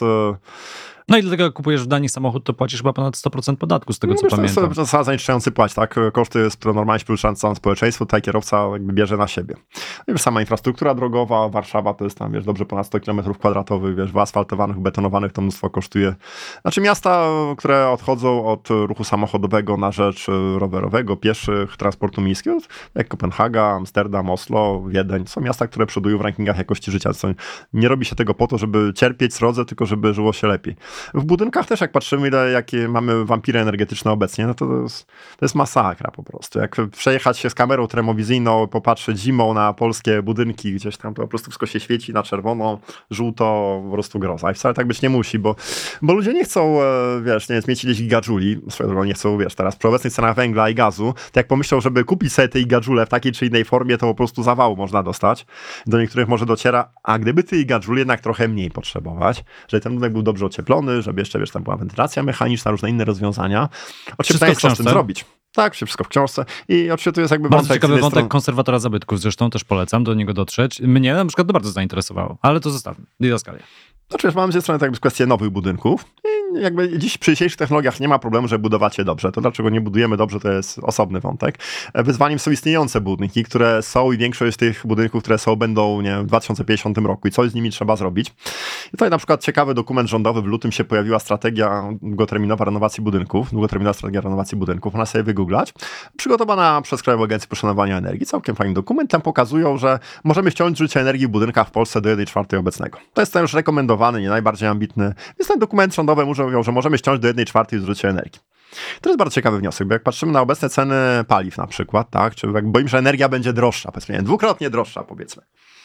No i dlatego jak kupujesz w Danii samochód, to płacisz chyba ponad sto procent podatku, z tego no, co wiesz, pamiętam. To jest zanieczyszczający płać, tak? Koszty jest normalnie przypuszczane całe społeczeństwo, tutaj kierowca jakby bierze na siebie. No i sama infrastruktura drogowa, Warszawa to jest tam, wiesz, dobrze ponad sto kilometrów kwadratowych, wiesz, wyasfaltowanych, betonowanych to mnóstwo kosztuje. Znaczy miasta, które odchodzą od ruchu samochodowego na rzecz rowerowego, pieszych, transportu miejskiego, jak Kopenhaga, Amsterdam, Oslo, Wiedeń, są miasta, które przodują w rankingach jakości życia. Co nie robi się tego po to, żeby cierpieć srodze, tylko żeby żyło się lepiej. W budynkach też, jak patrzymy, ile jakie mamy wampiry energetyczne obecnie, no to to jest, to jest masakra po prostu. Jak przejechać się z kamerą termowizyjną, popatrzeć zimą na polskie budynki, gdzieś tam to po prostu wszystko się świeci na czerwono, żółto, po prostu groza. I wcale tak być nie musi, bo, bo ludzie nie chcą, wiesz, nie wiem, mieć ileś gigadżuli, swoją drogą nie chcą, wiesz, teraz przy obecnych cenach węgla i gazu, to jak pomyślą, żeby kupić sobie te gigadżule w takiej czy innej formie, to po prostu zawału można dostać. Do niektórych może dociera, a gdyby tych gigadżuli jednak trochę mniej potrzebować, żeby ten budynek był dobrze ocieplony, żeby jeszcze, wiesz, tam była wentylacja mechaniczna, różne inne rozwiązania. Oczywiście pytanie jest, co z tym zrobić. Tak, wszystko w książce. I oczywiście tu jest jakby Bardzo wątek... ciekawy wątek strony... konserwatora zabytków, zresztą też polecam do niego dotrzeć. Mnie na przykład to bardzo zainteresowało, ale to zostawmy. Didaskalia. Znaczy, mam z jednej strony tak jakby kwestię nowych budynków i jakby dziś przy dzisiejszych technologiach nie ma problemu, że budowacie dobrze. To dlaczego nie budujemy dobrze, to jest osobny wątek. Wyzwaniem są istniejące budynki, które są i większość z tych budynków, które są, będą nie wiem, w dwa tysiące pięćdziesiątym roku i coś z nimi trzeba zrobić. I tutaj na przykład ciekawy dokument rządowy, w lutym się pojawiła strategia długoterminowa renowacji budynków, długoterminowa strategia renowacji budynków, można sobie wygooglać, przygotowana przez Krajową Agencję Poszanowania Energii. Całkiem fajny dokument, tam pokazują, że możemy wciąć życie energii w budynkach w Polsce do jednej czwartej obecnego. To jest ten już rekomendowany, nie najbardziej ambitny. Więc ten dokument rządowy mówią, że możemy ściąć do jednej czwartej zużycia energii. To jest bardzo ciekawy wniosek, bo jak patrzymy na obecne ceny paliw na przykład, tak, czy jak boimy, że energia będzie droższa, powiedzmy, nie, dwukrotnie droższa, powiedzmy.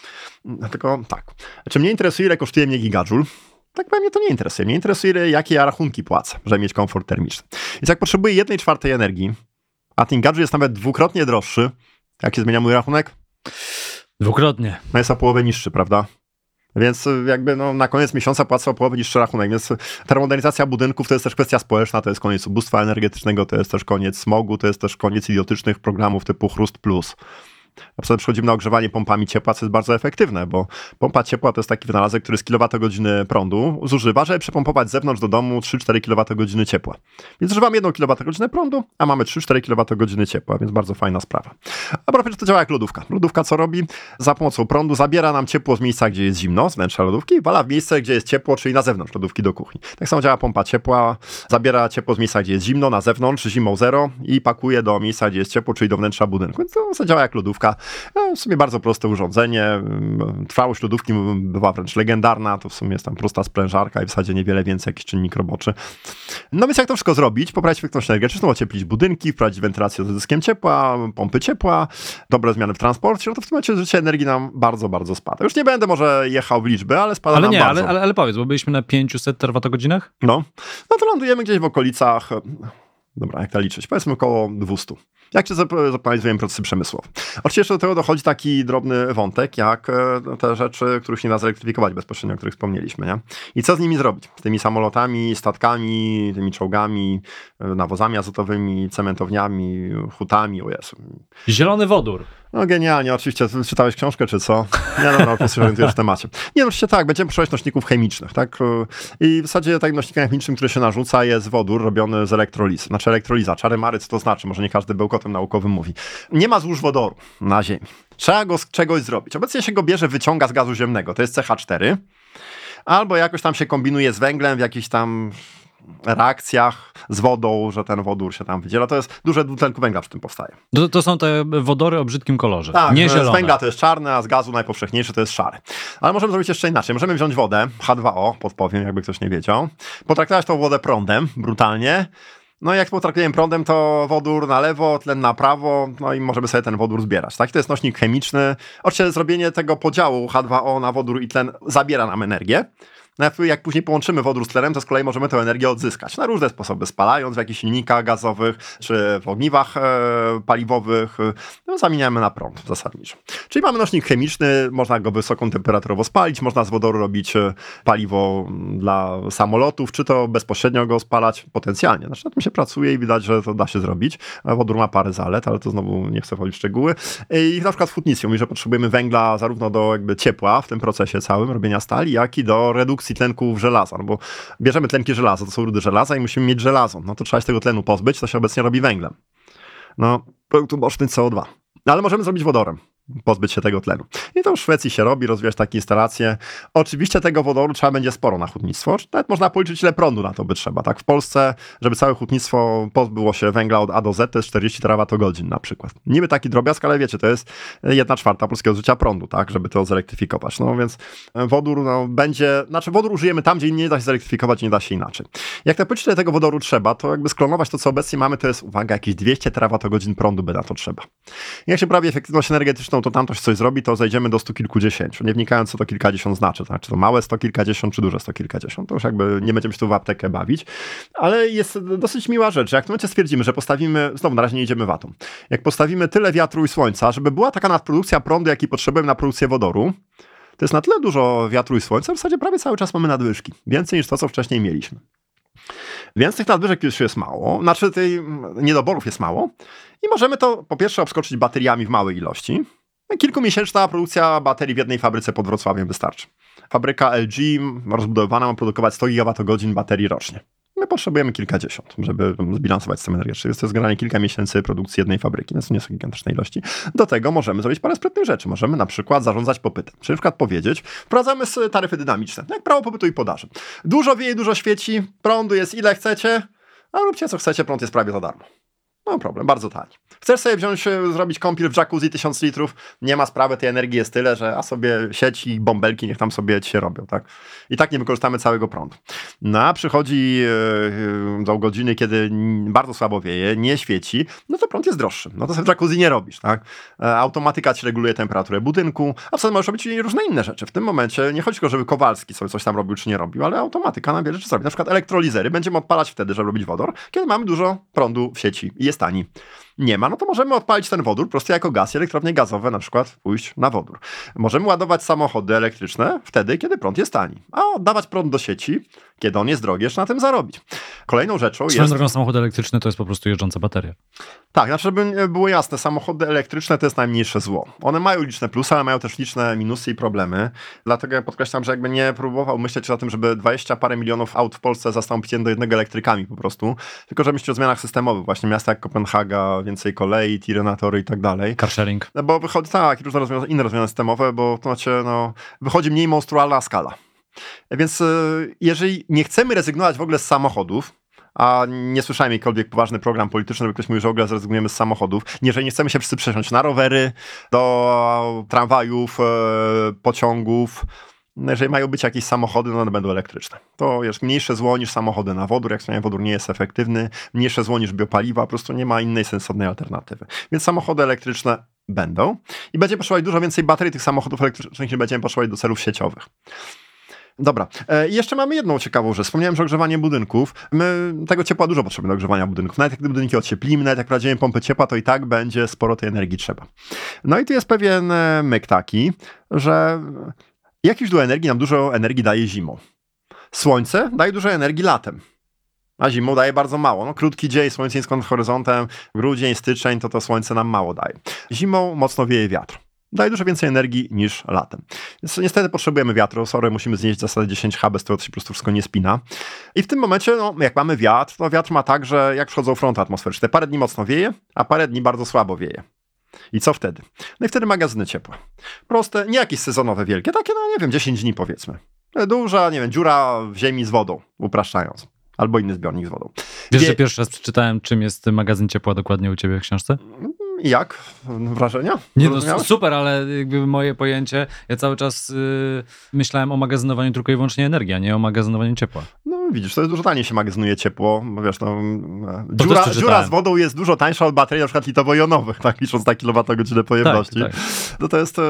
Tylko tak, czy mnie interesuje, ile kosztuje mnie gigajoule? Tak powiem, mnie to nie interesuje. Mnie interesuje, jakie ja rachunki płacę, żeby mieć komfort termiczny. Więc jak potrzebuję jednej czwartej energii, a ten gigajoule jest nawet dwukrotnie droższy, jak się zmienia mój rachunek? Dwukrotnie. No jest o połowę niższy, prawda? Więc jakby no, na koniec miesiąca płacę o połowę niższy rachunek. Więc termomodernizacja budynków to jest też kwestia społeczna, to jest koniec ubóstwa energetycznego, to jest też koniec smogu, to jest też koniec idiotycznych programów typu Chrust Plus. Na przykład przechodzimy na ogrzewanie pompami ciepła, co jest bardzo efektywne, bo pompa ciepła to jest taki wynalazek, który z kilowatogodziny prądu zużywa, żeby przepompować z zewnątrz do domu trzy cztery kilowatogodziny ciepła. Więc zużywamy jedną kilowatogodzinę prądu, a mamy trzy cztery kilowatogodziny ciepła, więc bardzo fajna sprawa. A propos, to działa jak lodówka. Lodówka co robi? Za pomocą prądu zabiera nam ciepło z miejsca, gdzie jest zimno, z wnętrza lodówki i wala w miejsce, gdzie jest ciepło, czyli na zewnątrz lodówki do kuchni. Tak samo działa pompa ciepła, zabiera ciepło z miejsca, gdzie jest zimno, na zewnątrz, zimą zero i pakuje do miejsca, gdzie jest ciepło, czyli do wnętrza budynku. Więc to działa jak lodówka. No, w sumie bardzo proste urządzenie. Trwałość lodówki bywa wręcz legendarna. To w sumie jest tam prosta sprężarka i w zasadzie niewiele więcej, jakiś czynnik roboczy. No więc jak to wszystko zrobić? Poprawić efektywność energetyczną, ocieplić budynki, wprowadzić wentylację z zyskiem ciepła, pompy ciepła, dobre zmiany w transporcie, no to w tym momencie życie energii nam bardzo, bardzo spada. Już nie będę może jechał w liczby, ale spada ale nam nie, bardzo. Ale, ale, ale powiedz, bo byliśmy na pięćset terawatogodzinach? No. No to lądujemy gdzieś w okolicach... Dobra, jak to liczyć? Powiedzmy około dwieście. Jak się zoptymalizujemy procesy przemysłowe? Oczywiście jeszcze do tego dochodzi taki drobny wątek, jak te rzeczy, których się nie da zelektryfikować bezpośrednio, o których wspomnieliśmy, nie? I co z nimi zrobić? Z tymi samolotami, statkami, tymi czołgami, nawozami azotowymi, cementowniami, hutami, o Jezu. Zielony wodór. No genialnie, oczywiście. Czytałeś książkę, czy co? Nie, no, no, po prostu się orientujesz w temacie. Nie, no oczywiście tak, będziemy potrzebować nośników chemicznych, tak? I w zasadzie takim nośnikiem chemicznym, który się narzuca, jest wodór robiony z elektrolizy. Znaczy elektroliza, czary mary, co to znaczy? Może nie każdy bełkotem naukowym mówi. Nie ma złóż wodoru na Ziemi. Trzeba go z czegoś zrobić. Obecnie się go bierze, wyciąga z gazu ziemnego. To jest C H cztery. Albo jakoś tam się kombinuje z węglem w jakichś tam reakcjach z wodą, że ten wodór się tam wydziela. To jest duże dwutlenku węgla przy tym powstaje. To, to są te wodory o brzydkim kolorze, tak, nie zielone. Z węgla to jest czarne, a z gazu najpowszechniejszy to jest szary. Ale możemy zrobić jeszcze inaczej. Możemy wziąć wodę, H dwa O, podpowiem, jakby ktoś nie wiedział, potraktować tą wodę prądem, brutalnie. No i jak potraktujemy prądem, to wodór na lewo, tlen na prawo, no i możemy sobie ten wodór zbierać. Tak? To jest nośnik chemiczny. Oczywiście zrobienie tego podziału H dwa O na wodór i tlen zabiera nam energię. No jak później połączymy wodór z tlenem, to z kolei możemy tę energię odzyskać na różne sposoby, spalając w jakichś silnikach gazowych, czy w ogniwach e, paliwowych, no, zamieniamy na prąd zasadniczo. Czyli mamy nośnik chemiczny, można go wysoką temperaturowo spalić, można z wodoru robić paliwo dla samolotów, czy to bezpośrednio go spalać potencjalnie. Znaczy na tym się pracuje i widać, że to da się zrobić. Wodór ma parę zalet, ale to znowu nie chcę wchodzić w szczegóły. I na przykład w hutnictwie mówi, że potrzebujemy węgla zarówno do jakby ciepła w tym procesie całym robienia stali, jak i do redukcji tlenków żelaza, no bo bierzemy tlenki żelaza, to są rudy żelaza i musimy mieć żelazo. No to trzeba się tego tlenu pozbyć, to się obecnie robi węglem. No, produkt uboczny C O dwa. No, ale możemy zrobić wodorem, pozbyć się tego tlenu. I to w Szwecji się robi, rozwijać takie instalacje. Oczywiście tego wodoru trzeba będzie sporo na hutnictwo. Nawet można policzyć, ile prądu na to by trzeba. Tak, w Polsce, żeby całe hutnictwo pozbyło się węgla od A do Z, to jest czterdzieści terawatogodzin na przykład. Niby taki drobiazg, ale wiecie, to jest jedna czwarta polskiego zużycia prądu, tak, żeby to zelektryfikować. No więc wodór no, będzie, znaczy wodór użyjemy tam, gdzie nie da się zelektryfikować, nie da się inaczej. Jak to policzyć, ile tego wodoru trzeba, to jakby sklonować to, co obecnie mamy, to jest, uwaga, jakieś dwieście terawatogodzin prądu by na to trzeba. Jak się prawi efektywność energetyczną, to tam to się coś zrobi, to zejdziemy do stu kilkudziesięciu. Nie wnikając, co to kilkadziesiąt znaczy. Tak? Czy to małe sto kilkadziesiąt, czy duże sto kilkadziesiąt. To już jakby nie będziemy się tu w aptekę bawić. Ale jest dosyć miła rzecz. Jak w tym momencie stwierdzimy, że postawimy, znowu na razie nie idziemy watą, jak postawimy tyle wiatru i słońca, żeby była taka nadprodukcja prądu, jaki potrzebujemy na produkcję wodoru, to jest na tyle dużo wiatru i słońca, w zasadzie prawie cały czas mamy nadwyżki. Więcej niż to, co wcześniej mieliśmy. Więc tych nadwyżek już jest mało, znaczy tych niedoborów jest mało i możemy to po pierwsze obskoczyć bateriami w małej ilości. Kilkumiesięczna produkcja baterii w jednej fabryce pod Wrocławiem wystarczy. Fabryka L G rozbudowana ma produkować sto gigawatogodzin baterii rocznie. My potrzebujemy kilkadziesiąt, żeby zbilansować system energetyczny. Jest to zgranie kilka miesięcy produkcji jednej fabryki, więc to nie są gigantyczne ilości. Do tego możemy zrobić parę sprytnych rzeczy. Możemy na przykład zarządzać popytem. Czyli na przykład powiedzieć, wprowadzamy taryfy dynamiczne, jak prawo popytu i podaży. Dużo wieje, dużo świeci, prądu jest ile chcecie, a róbcie co chcecie, prąd jest prawie za darmo. No problem, bardzo tani. Chcesz sobie wziąć, zrobić kąpiel w jacuzzi tysiąc litrów, nie ma sprawy, tej energii jest tyle, że a sobie sieci i bąbelki niech tam sobie ci się robią, tak? I tak nie wykorzystamy całego prądu. No a przychodzi yy, do godziny, kiedy bardzo słabo wieje, nie świeci, no to prąd jest droższy. No to sobie w jacuzzi nie robisz, tak? E, automatyka ci reguluje temperaturę budynku, a wtedy możesz robić różne inne rzeczy. W tym momencie nie chodzi tylko, żeby Kowalski sobie coś tam robił czy nie robił, ale automatyka nam wiele rzeczy zrobi. Na przykład elektrolizery będziemy odpalać wtedy, żeby robić wodór, kiedy mamy dużo prądu w sieci i jest tani. Nie ma, no to możemy odpalić ten wodór po prostu jako gaz i elektrownie gazowe na przykład pójść na wodór. Możemy ładować samochody elektryczne wtedy, kiedy prąd jest tani, a oddawać prąd do sieci, kiedy on jest drogi, jeszcze na tym zarobić. Kolejną rzeczą Swoją jest... drogą samochody elektryczne to jest po prostu jeżdżąca bateria. Tak, znaczy, żeby było jasne, samochody elektryczne to jest najmniejsze zło. One mają liczne plusy, ale mają też liczne minusy i problemy. Dlatego ja podkreślam, że jakby nie próbował myśleć o tym, żeby dwadzieścia parę milionów aut w Polsce zastąpić jedno do jednego elektrykami po prostu, tylko że myśleć o zmianach systemowych. Właśnie miasta jak Kopenhaga, więcej kolei, tirynatory i tak dalej. Carsharing. No bo wychodzi, tak, i różne rozwiązania, inne rozwiązania systemowe, bo to znaczy, no, wychodzi mniej monstrualna skala. Więc jeżeli nie chcemy rezygnować w ogóle z samochodów, a nie słyszałem jakikolwiek poważny program polityczny, żeby ktoś mówił, że w ogóle zrezygnujemy z samochodów. Jeżeli nie chcemy się wszyscy przesiąść na rowery, do tramwajów, pociągów, jeżeli mają być jakieś samochody, no one będą elektryczne. To jest mniejsze zło niż samochody na wodór. Jak wspomniałem, wodór nie jest efektywny. Mniejsze zło niż biopaliwa, po prostu nie ma innej sensownej alternatywy. Więc samochody elektryczne będą i będziemy potrzebować dużo więcej baterii tych samochodów elektrycznych, niż będziemy potrzebować do celów sieciowych. Dobra, i jeszcze mamy jedną ciekawą rzecz. Wspomniałem, że ogrzewanie budynków. My tego ciepła dużo potrzebujemy do ogrzewania budynków. Nawet jak te budynki ocieplimy, nawet jak prowadzimy pompy ciepła, to i tak będzie sporo tej energii trzeba. No i tu jest pewien myk taki, że jakieś źródło energii nam dużo energii daje zimą. Słońce daje dużo energii latem, a zimą daje bardzo mało. No, krótki dzień, słońce nisko nad horyzontem, grudzień, styczeń, to to słońce nam mało daje. Zimą mocno wieje wiatr. Daje dużo więcej energii niż latem. Więc niestety potrzebujemy wiatru. Sorry, musimy znieść zasadę dziesięć H, bez tego to się po prostu wszystko nie spina. I w tym momencie, no, jak mamy wiatr, to wiatr ma tak, że jak przychodzą fronty atmosferyczne, parę dni mocno wieje, a parę dni bardzo słabo wieje. I co wtedy? No i wtedy magazyny ciepła. Proste, nie jakieś sezonowe wielkie, takie, no nie wiem, dziesięć dni powiedzmy. Duża, nie wiem, dziura w ziemi z wodą, upraszczając. Albo inny zbiornik z wodą. Wiesz, Wie... że pierwszy raz przeczytałem, czym jest magazyn ciepła dokładnie u ciebie w książce? Jak? Wrażenia? Nie, no super, ale jakby moje pojęcie, ja cały czas yy, myślałem o magazynowaniu tylko i wyłącznie energii, a nie o magazynowaniu ciepła. No widzisz, to jest dużo taniej się magazynuje ciepło, bo wiesz, no, dziura, dziura z wodą jest dużo tańsza od baterii na przykład litowo-jonowych, tak, licząc na kilowatogodzinę pojemności. Tak, tak. No to jest yy,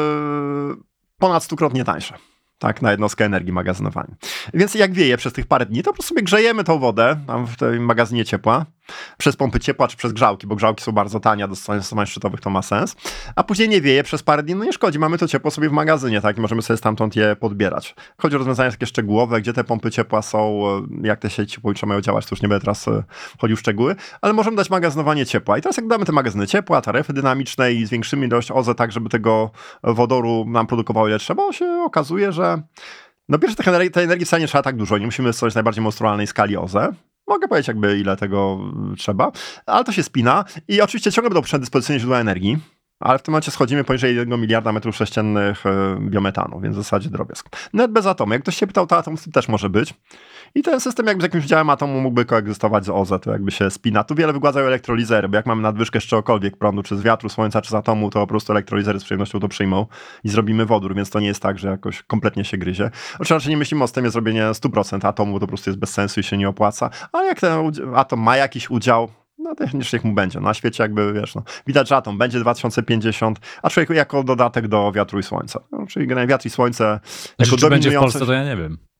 ponad stukrotnie tańsze. Tak, na jednostkę energii magazynowania. Więc jak wieje przez tych parę dni, to po prostu sobie grzejemy tą wodę tam w tym magazynie ciepła przez pompy ciepła czy przez grzałki, bo grzałki są bardzo tanie, a do stosowań szczytowych to ma sens. A później nie wieje przez parę dni, no nie szkodzi, mamy to ciepło sobie w magazynie, tak, i możemy sobie stamtąd je podbierać. Chodzi o rozwiązania takie szczegółowe, gdzie te pompy ciepła są, jak te sieci ciepłownicze mają działać, to już nie będę teraz wchodził w szczegóły, ale możemy dać magazynowanie ciepła. I teraz jak damy te magazyny ciepła, taryfy dynamiczne i zwiększymy ilość O Z E, tak żeby tego wodoru nam produkowało ile trzeba, bo się okazuje, że no pierwsze tej energii, tej energii wcale nie trzeba tak dużo, nie musimy stosować najbardziej monstrualnej skali O Z E. Mogę powiedzieć jakby ile tego trzeba, ale to się spina i oczywiście ciągle będą przedyspozycyjne źródła energii, ale w tym momencie schodzimy poniżej jednego miliarda metrów sześciennych biometanu, więc w zasadzie drobiazg. Nawet bez atomu. Jak ktoś się pytał, to atom też może być. I ten system jakby z jakimś udziałem atomu mógłby koegzystować z O Z E, to jakby się spina. Tu wiele wygładzają elektrolizery, bo jak mamy nadwyżkę z czegokolwiek prądu, czy z wiatru, słońca, czy z atomu, to po prostu elektrolizery z przyjemnością to przyjmą i zrobimy wodór, więc to nie jest tak, że jakoś kompletnie się gryzie. Oczywiście nie myślimy o systemie zrobienia stu procent atomu, bo to po prostu jest bez sensu i się nie opłaca, ale jak ten atom ma jakiś udział, no to niech mu będzie. Na świecie jakby, wiesz, no, widać, że atom będzie dwa tysiące pięćdziesiąt, a człowiek jako dodatek do wiatru i słońca. No, czyli wiatr i słońce jako dominujące... będzie w Polsce, to ja nie wiem.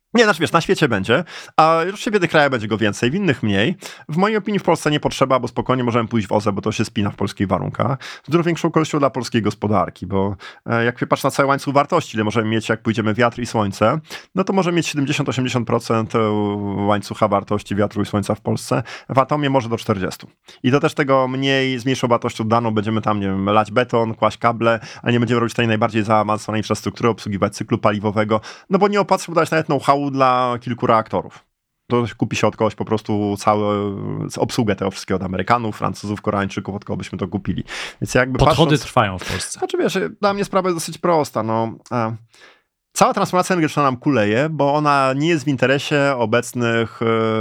Nie, znaczy wiesz, na świecie będzie, a oczywiście w jednych krajach będzie go więcej, w innych mniej. W mojej opinii w Polsce nie potrzeba, bo spokojnie możemy pójść w O Z E, bo to się spina w polskich warunkach. Z dużo większą korzyścią dla polskiej gospodarki, bo jak się patrzy na cały łańcuch wartości, ile możemy mieć, jak pójdziemy wiatr i słońce, no to możemy mieć siedemdziesiąt do osiemdziesięciu procent łańcucha wartości wiatru i słońca w Polsce, w atomie może do czterdziestu procent. I to też tego mniej, z mniejszą wartością daną będziemy tam, nie wiem, lać beton, kłaść kable, a nie będziemy robić tej najbardziej zaawansowanej infrastruktury, obsługiwać cyklu paliwowego, no bo nie opłaca się budować nawet know-how dla kilku reaktorów. To kupi się od kogoś po prostu całą obsługę tego wszystkiego, od Amerykanów, Francuzów, Koreańczyków, od kogo byśmy to kupili. Więc jakby Podchody patrząc, trwają w Polsce. Znaczy wiesz, dla mnie sprawa jest dosyć prosta. No. Cała transformacja energetyczna nam kuleje, bo ona nie jest w interesie obecnych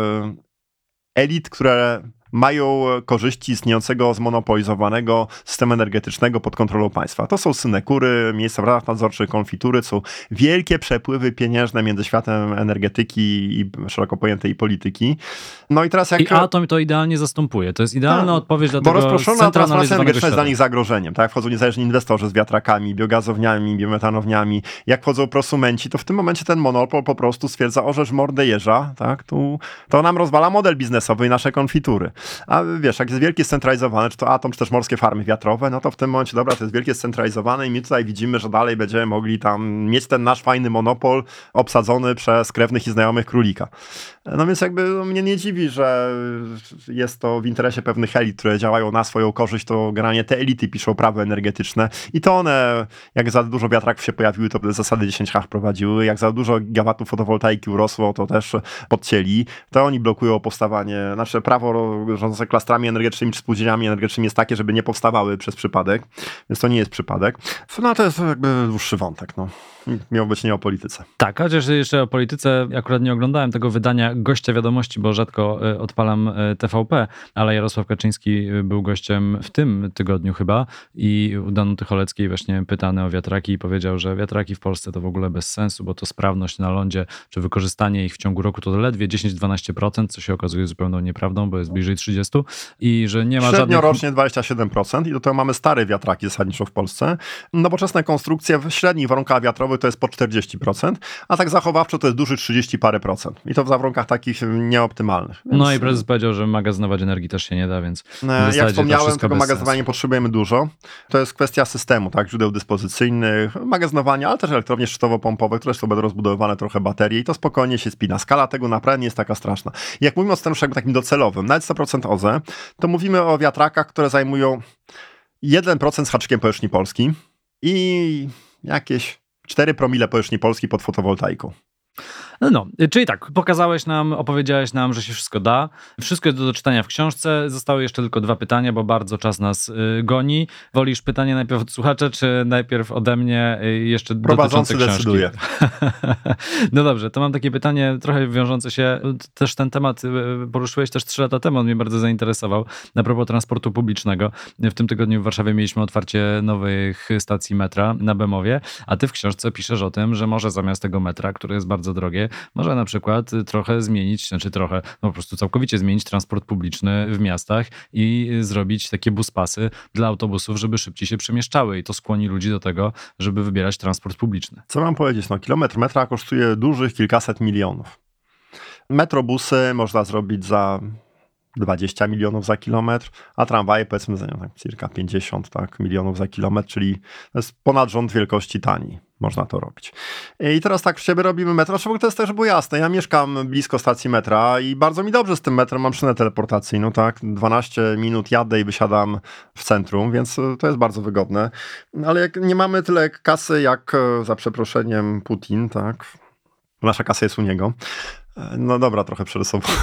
elit, które mają korzyści istniejącego zmonopolizowanego systemu energetycznego pod kontrolą państwa. To są synekury, miejsca w radach nadzorczych, konfitury, są wielkie przepływy pieniężne między światem energetyki i szeroko pojętej polityki. No i teraz jak... I atom to idealnie zastępuje. To jest idealna tak, odpowiedź dla bo tego rozproszona transformacja energetyczna świata. jest dla nich zagrożeniem. Tak? Wchodzą niezależni inwestorzy z wiatrakami, biogazowniami, biometanowniami. Jak wchodzą prosumenci, to w tym momencie ten monopol po prostu stwierdza, orzesz mordę jeża, tak? Tu, to nam rozwala model biznesowy i nasze konfitury. A wiesz, jak jest wielkie scentralizowane, czy to atom, czy też morskie farmy wiatrowe, no to w tym momencie, dobra, to jest wielkie scentralizowane i my tutaj widzimy, że dalej będziemy mogli tam mieć ten nasz fajny monopol obsadzony przez krewnych i znajomych królika. No więc jakby no, mnie nie dziwi, że jest to w interesie pewnych elit, które działają na swoją korzyść, to generalnie te elity piszą prawo energetyczne i to one, jak za dużo wiatraków się pojawiły, to zasady dziesięć H wprowadziły, jak za dużo gigawatów fotowoltaiki urosło, to też podcięli, to oni blokują powstawanie, znaczy prawo rządzące klastrami energetycznymi czy spółdzielniami energetycznymi jest takie, żeby nie powstawały przez przypadek, więc to nie jest przypadek. No to jest jakby dłuższy wątek, no. Miał być nie o polityce. Tak, chociaż jeszcze o polityce, akurat nie oglądałem tego wydania Gościa Wiadomości, bo rzadko odpalam T V P, ale Jarosław Kaczyński był gościem w tym tygodniu chyba i u Danuty Choleckiej właśnie pytany o wiatraki i powiedział, że wiatraki w Polsce to w ogóle bez sensu, bo to sprawność na lądzie, czy wykorzystanie ich w ciągu roku to ledwie dziesięć do dwunastu procent, co się okazuje zupełną nieprawdą, bo jest bliżej trzydzieści i że nie ma Średnio żadnych... rocznie dwadzieścia siedem procent i do tego mamy stare wiatraki zasadniczo w Polsce. Nowoczesne konstrukcje w średnich warunkach wiatrowych to jest po czterdzieści procent, a tak zachowawczo to jest duży trzydzieści parę procent. I to w warunkach takich nieoptymalnych. Więc... No i prezes powiedział, że magazynować energii też się nie da, więc jak wspomniałem, tego magazynowania potrzebujemy dużo. To jest kwestia systemu, tak, źródeł dyspozycyjnych, magazynowania, ale też elektrownie szczytowo-pompowe, które są będą rozbudowywane trochę baterie i to spokojnie się spina. Skala tego naprawdę nie jest taka straszna. I jak mówimy o scenariuszu jakby takim docelowym, nawet sto procent O Z E, to mówimy o wiatrakach, które zajmują jeden procent z haczykiem powierzchni Polski i jakieś cztery promile powierzchni Polski pod fotowoltaiką. No, czyli tak, pokazałeś nam, opowiedziałeś nam, że się wszystko da. Wszystko jest do doczytania w książce. Zostały jeszcze tylko dwa pytania, bo bardzo czas nas y, goni. Wolisz pytanie najpierw od słuchacza, czy najpierw ode mnie y, jeszcze Prowadzący dotyczące książki? decyduje. No dobrze, to mam takie pytanie trochę wiążące się, też ten temat y, poruszyłeś też trzy lata temu, on mnie bardzo zainteresował, na propos transportu publicznego. W tym tygodniu w Warszawie mieliśmy otwarcie nowych stacji metra na Bemowie, a ty w książce piszesz o tym, że może zamiast tego metra, które jest bardzo drogie, może na przykład trochę zmienić, znaczy trochę, no po prostu całkowicie zmienić transport publiczny w miastach i zrobić takie buspasy dla autobusów, żeby szybciej się przemieszczały i to skłoni ludzi do tego, żeby wybierać transport publiczny. Co mam powiedzieć? No, kilometr metra kosztuje dużych kilkaset milionów. Metrobusy można zrobić za dwadzieścia milionów za kilometr, a tramwaje powiedzmy za tak, cirka pięćdziesiąt tak, milionów za kilometr, czyli to jest ponad rząd wielkości taniej. Można to robić. I teraz tak, w siebie robimy metro. Znaczy, to jest też, żeby było jasne. Ja mieszkam blisko stacji metra i bardzo mi dobrze z tym metrem. Mam szynę teleportacyjną, tak? dwanaście minut jadę i wysiadam w centrum, więc to jest bardzo wygodne. Ale jak nie mamy tyle kasy, jak za przeproszeniem Putin, tak? Nasza kasa jest u niego. No dobra, trochę przerysowałem.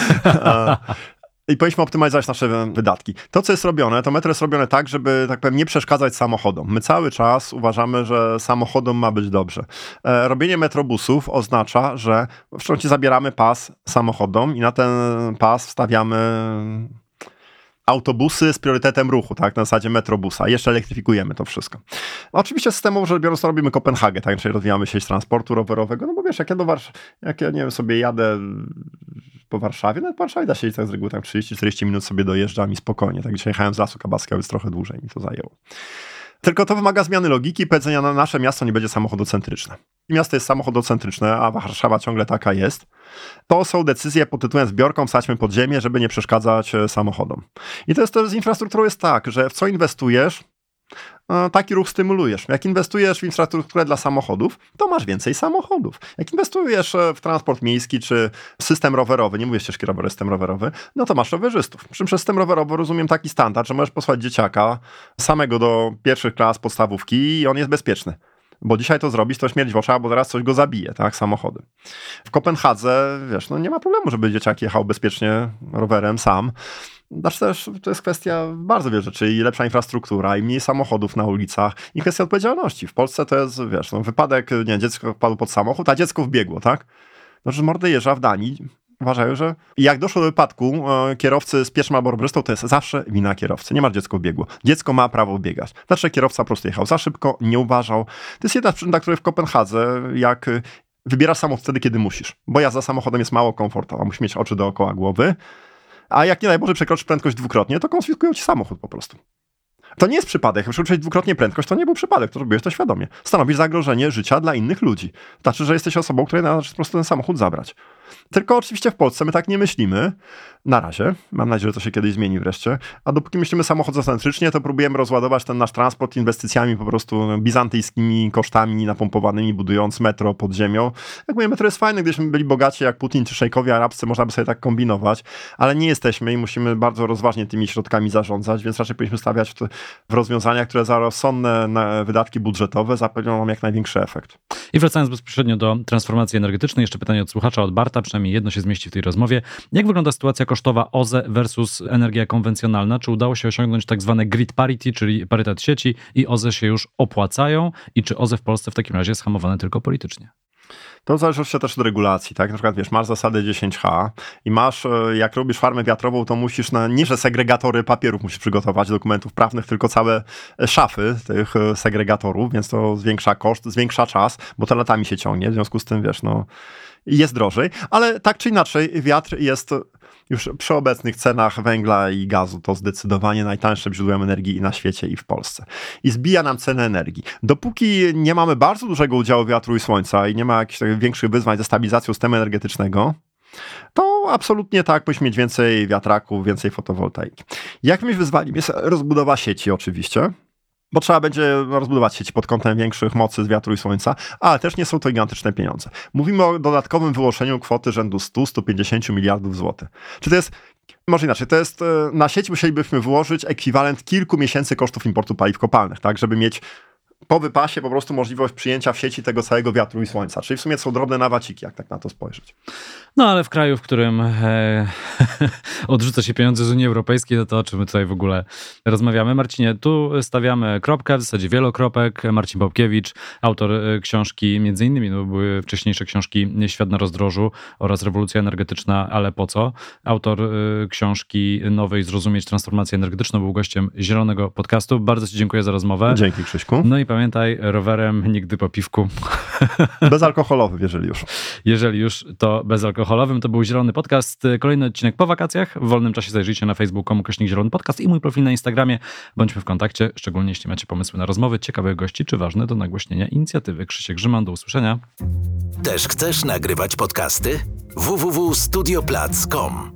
I powinniśmy optymalizować nasze wydatki. To, co jest robione, to metro jest robione tak, żeby, tak powiem, nie przeszkadzać samochodom. My cały czas uważamy, że samochodom ma być dobrze. E, robienie metrobusów oznacza, że w szczęście zabieramy pas samochodom i na ten pas wstawiamy autobusy z priorytetem ruchu, tak, na zasadzie metrobusa. Jeszcze elektryfikujemy to wszystko. Oczywiście systemowo rzecz biorąc, to robimy Kopenhagę, tak, czyli rozwijamy sieć transportu rowerowego, no bo wiesz, jak ja do Warszawy, jak ja, nie wiem, sobie jadę po Warszawie, no w Warszawie da się tak z reguły tak trzydzieści czterdzieści minut sobie dojeżdżam i spokojnie, tak, dzisiaj jechałem z Lasu Kabaskiego, więc trochę dłużej mi to zajęło. Tylko to wymaga zmiany logiki i powiedzenia, no nasze miasto nie będzie samochodocentryczne. Miasto jest samochodocentryczne, a Warszawa ciągle taka jest. To są decyzje pod tytułem zbiorką wsadźmy pod ziemię, żeby nie przeszkadzać samochodom. I to jest też z infrastrukturą jest tak, że w co inwestujesz, taki ruch stymulujesz. Jak inwestujesz w infrastrukturę dla samochodów, to masz więcej samochodów. Jak inwestujesz w transport miejski czy system rowerowy, nie mówię ścieżki rowerowe, system rowerowy, no to masz rowerzystów. Przy czym przez system rowerowy rozumiem taki standard, że możesz posłać dzieciaka samego do pierwszych klas podstawówki i on jest bezpieczny. Bo dzisiaj to zrobić, to śmierć w oczach, bo zaraz coś go zabije, tak, samochodem. W Kopenhadze, wiesz, no nie ma problemu, żeby dzieciak jechał bezpiecznie rowerem sam. Znaczy też to jest kwestia bardzo wielu rzeczy i lepsza infrastruktura i mniej samochodów na ulicach i kwestia odpowiedzialności. W Polsce to jest, wiesz, no, wypadek, nie, dziecko wpadło pod samochód, a dziecko wbiegło, tak? Znaczy mordy jeża w Danii uważają, że jak doszło do wypadku e, kierowcy z pierwszym albo rowerzystą, to jest zawsze wina kierowcy. Nie masz dziecko biegło. Dziecko ma prawo biegać. Znaczy kierowca po prostu jechał za szybko, nie uważał. To jest jedna z przyczyn, dla której w Kopenhadze, jak wybierasz samochód wtedy, kiedy musisz. Bo jazda samochodem jest mało komfortowa. Musisz mieć oczy dookoła głowy. A jak nie daj Boże przekroczysz prędkość dwukrotnie, to konfiskują ci samochód po prostu. To nie jest przypadek. Jak przekroczyłeś dwukrotnie prędkość, to nie był przypadek, to robiłeś to świadomie. Stanowisz zagrożenie życia dla innych ludzi. Znaczy, że jesteś osobą, której należy po prostu ten samochód zabrać. Tylko oczywiście w Polsce my tak nie myślimy. Na razie. Mam nadzieję, że to się kiedyś zmieni wreszcie. A dopóki myślimy samochodocentrycznie, to próbujemy rozładować ten nasz transport inwestycjami po prostu bizantyjskimi kosztami napompowanymi, budując metro pod ziemią. Jak mówię, metro jest fajne, gdybyśmy byli bogaci jak Putin czy szejkowie arabscy, można by sobie tak kombinować, ale nie jesteśmy i musimy bardzo rozważnie tymi środkami zarządzać, więc raczej powinniśmy stawiać w, te, w rozwiązania, które za rozsądne wydatki budżetowe zapewnią nam jak największy efekt. I wracając bezpośrednio do transformacji energetycznej, jeszcze pytanie od słuchacza, od Barta, przynajmniej jedno się zmieści w tej rozmowie. Jak wygląda sytuacja kosztowa O Z E versus energia konwencjonalna? Czy udało się osiągnąć tak zwane grid parity, czyli parytet sieci i O Z E się już opłacają? I czy O Z E w Polsce w takim razie jest hamowane tylko politycznie? To zależy oczywiście też od regulacji, tak? Na przykład, wiesz, masz zasadę dziesięć H i masz, jak robisz farmę wiatrową, to musisz, na, nie że segregatory papierów musisz przygotować, dokumentów prawnych, tylko całe szafy tych segregatorów, więc to zwiększa koszt, zwiększa czas, bo to latami się ciągnie, w związku z tym, wiesz, no, jest drożej, ale tak czy inaczej wiatr jest już przy obecnych cenach węgla i gazu to zdecydowanie najtańszym źródłem energii i na świecie i w Polsce. I zbija nam cenę energii. Dopóki nie mamy bardzo dużego udziału wiatru i słońca i nie ma jakichś większych wyzwań ze stabilizacją systemu energetycznego, to absolutnie tak, powinniśmy mieć więcej wiatraków, więcej fotowoltaiki. Jakimś wyzwaniem jest rozbudowa sieci oczywiście, bo trzeba będzie rozbudować sieci pod kątem większych mocy z wiatru i słońca, ale też nie są to gigantyczne pieniądze. Mówimy o dodatkowym wyłożeniu kwoty rzędu stu do stu pięćdziesięciu miliardów złotych. Czy to jest, może inaczej, to jest, na sieć musielibyśmy wyłożyć ekwiwalent kilku miesięcy kosztów importu paliw kopalnych, tak, żeby mieć po wypasie po prostu możliwość przyjęcia w sieci tego całego wiatru i słońca. Czyli w sumie to są drobne nawaciki, jak tak na to spojrzeć. No ale w kraju, w którym e, odrzuca się pieniądze z Unii Europejskiej, to to, o czym my tutaj w ogóle rozmawiamy. Marcinie, tu stawiamy kropkę, w zasadzie wielokropek. Marcin Bobkiewicz, autor książki, między innymi no, były wcześniejsze książki Świat na rozdrożu oraz Rewolucja energetyczna, ale po co? Autor y, książki nowej Zrozumieć transformację energetyczną był gościem Zielonego Podcastu. Bardzo ci dziękuję za rozmowę. Dzięki, Krzyśku. No i pamiętaj, rowerem nigdy po piwku. Bezalkoholowy, jeżeli już. Jeżeli już, to bezalkoholowym. To był Zielony Podcast. Kolejny odcinek po wakacjach. W wolnym czasie zajrzyjcie na facebook kropka com ukośnik Zielony Podcast i mój profil na Instagramie. Bądźmy w kontakcie, szczególnie jeśli macie pomysły na rozmowy, ciekawych gości czy ważne do nagłośnienia inicjatywy. Krzysiek Grzyman, do usłyszenia. Też chcesz nagrywać podcasty? w w w kropka studio plac kropka com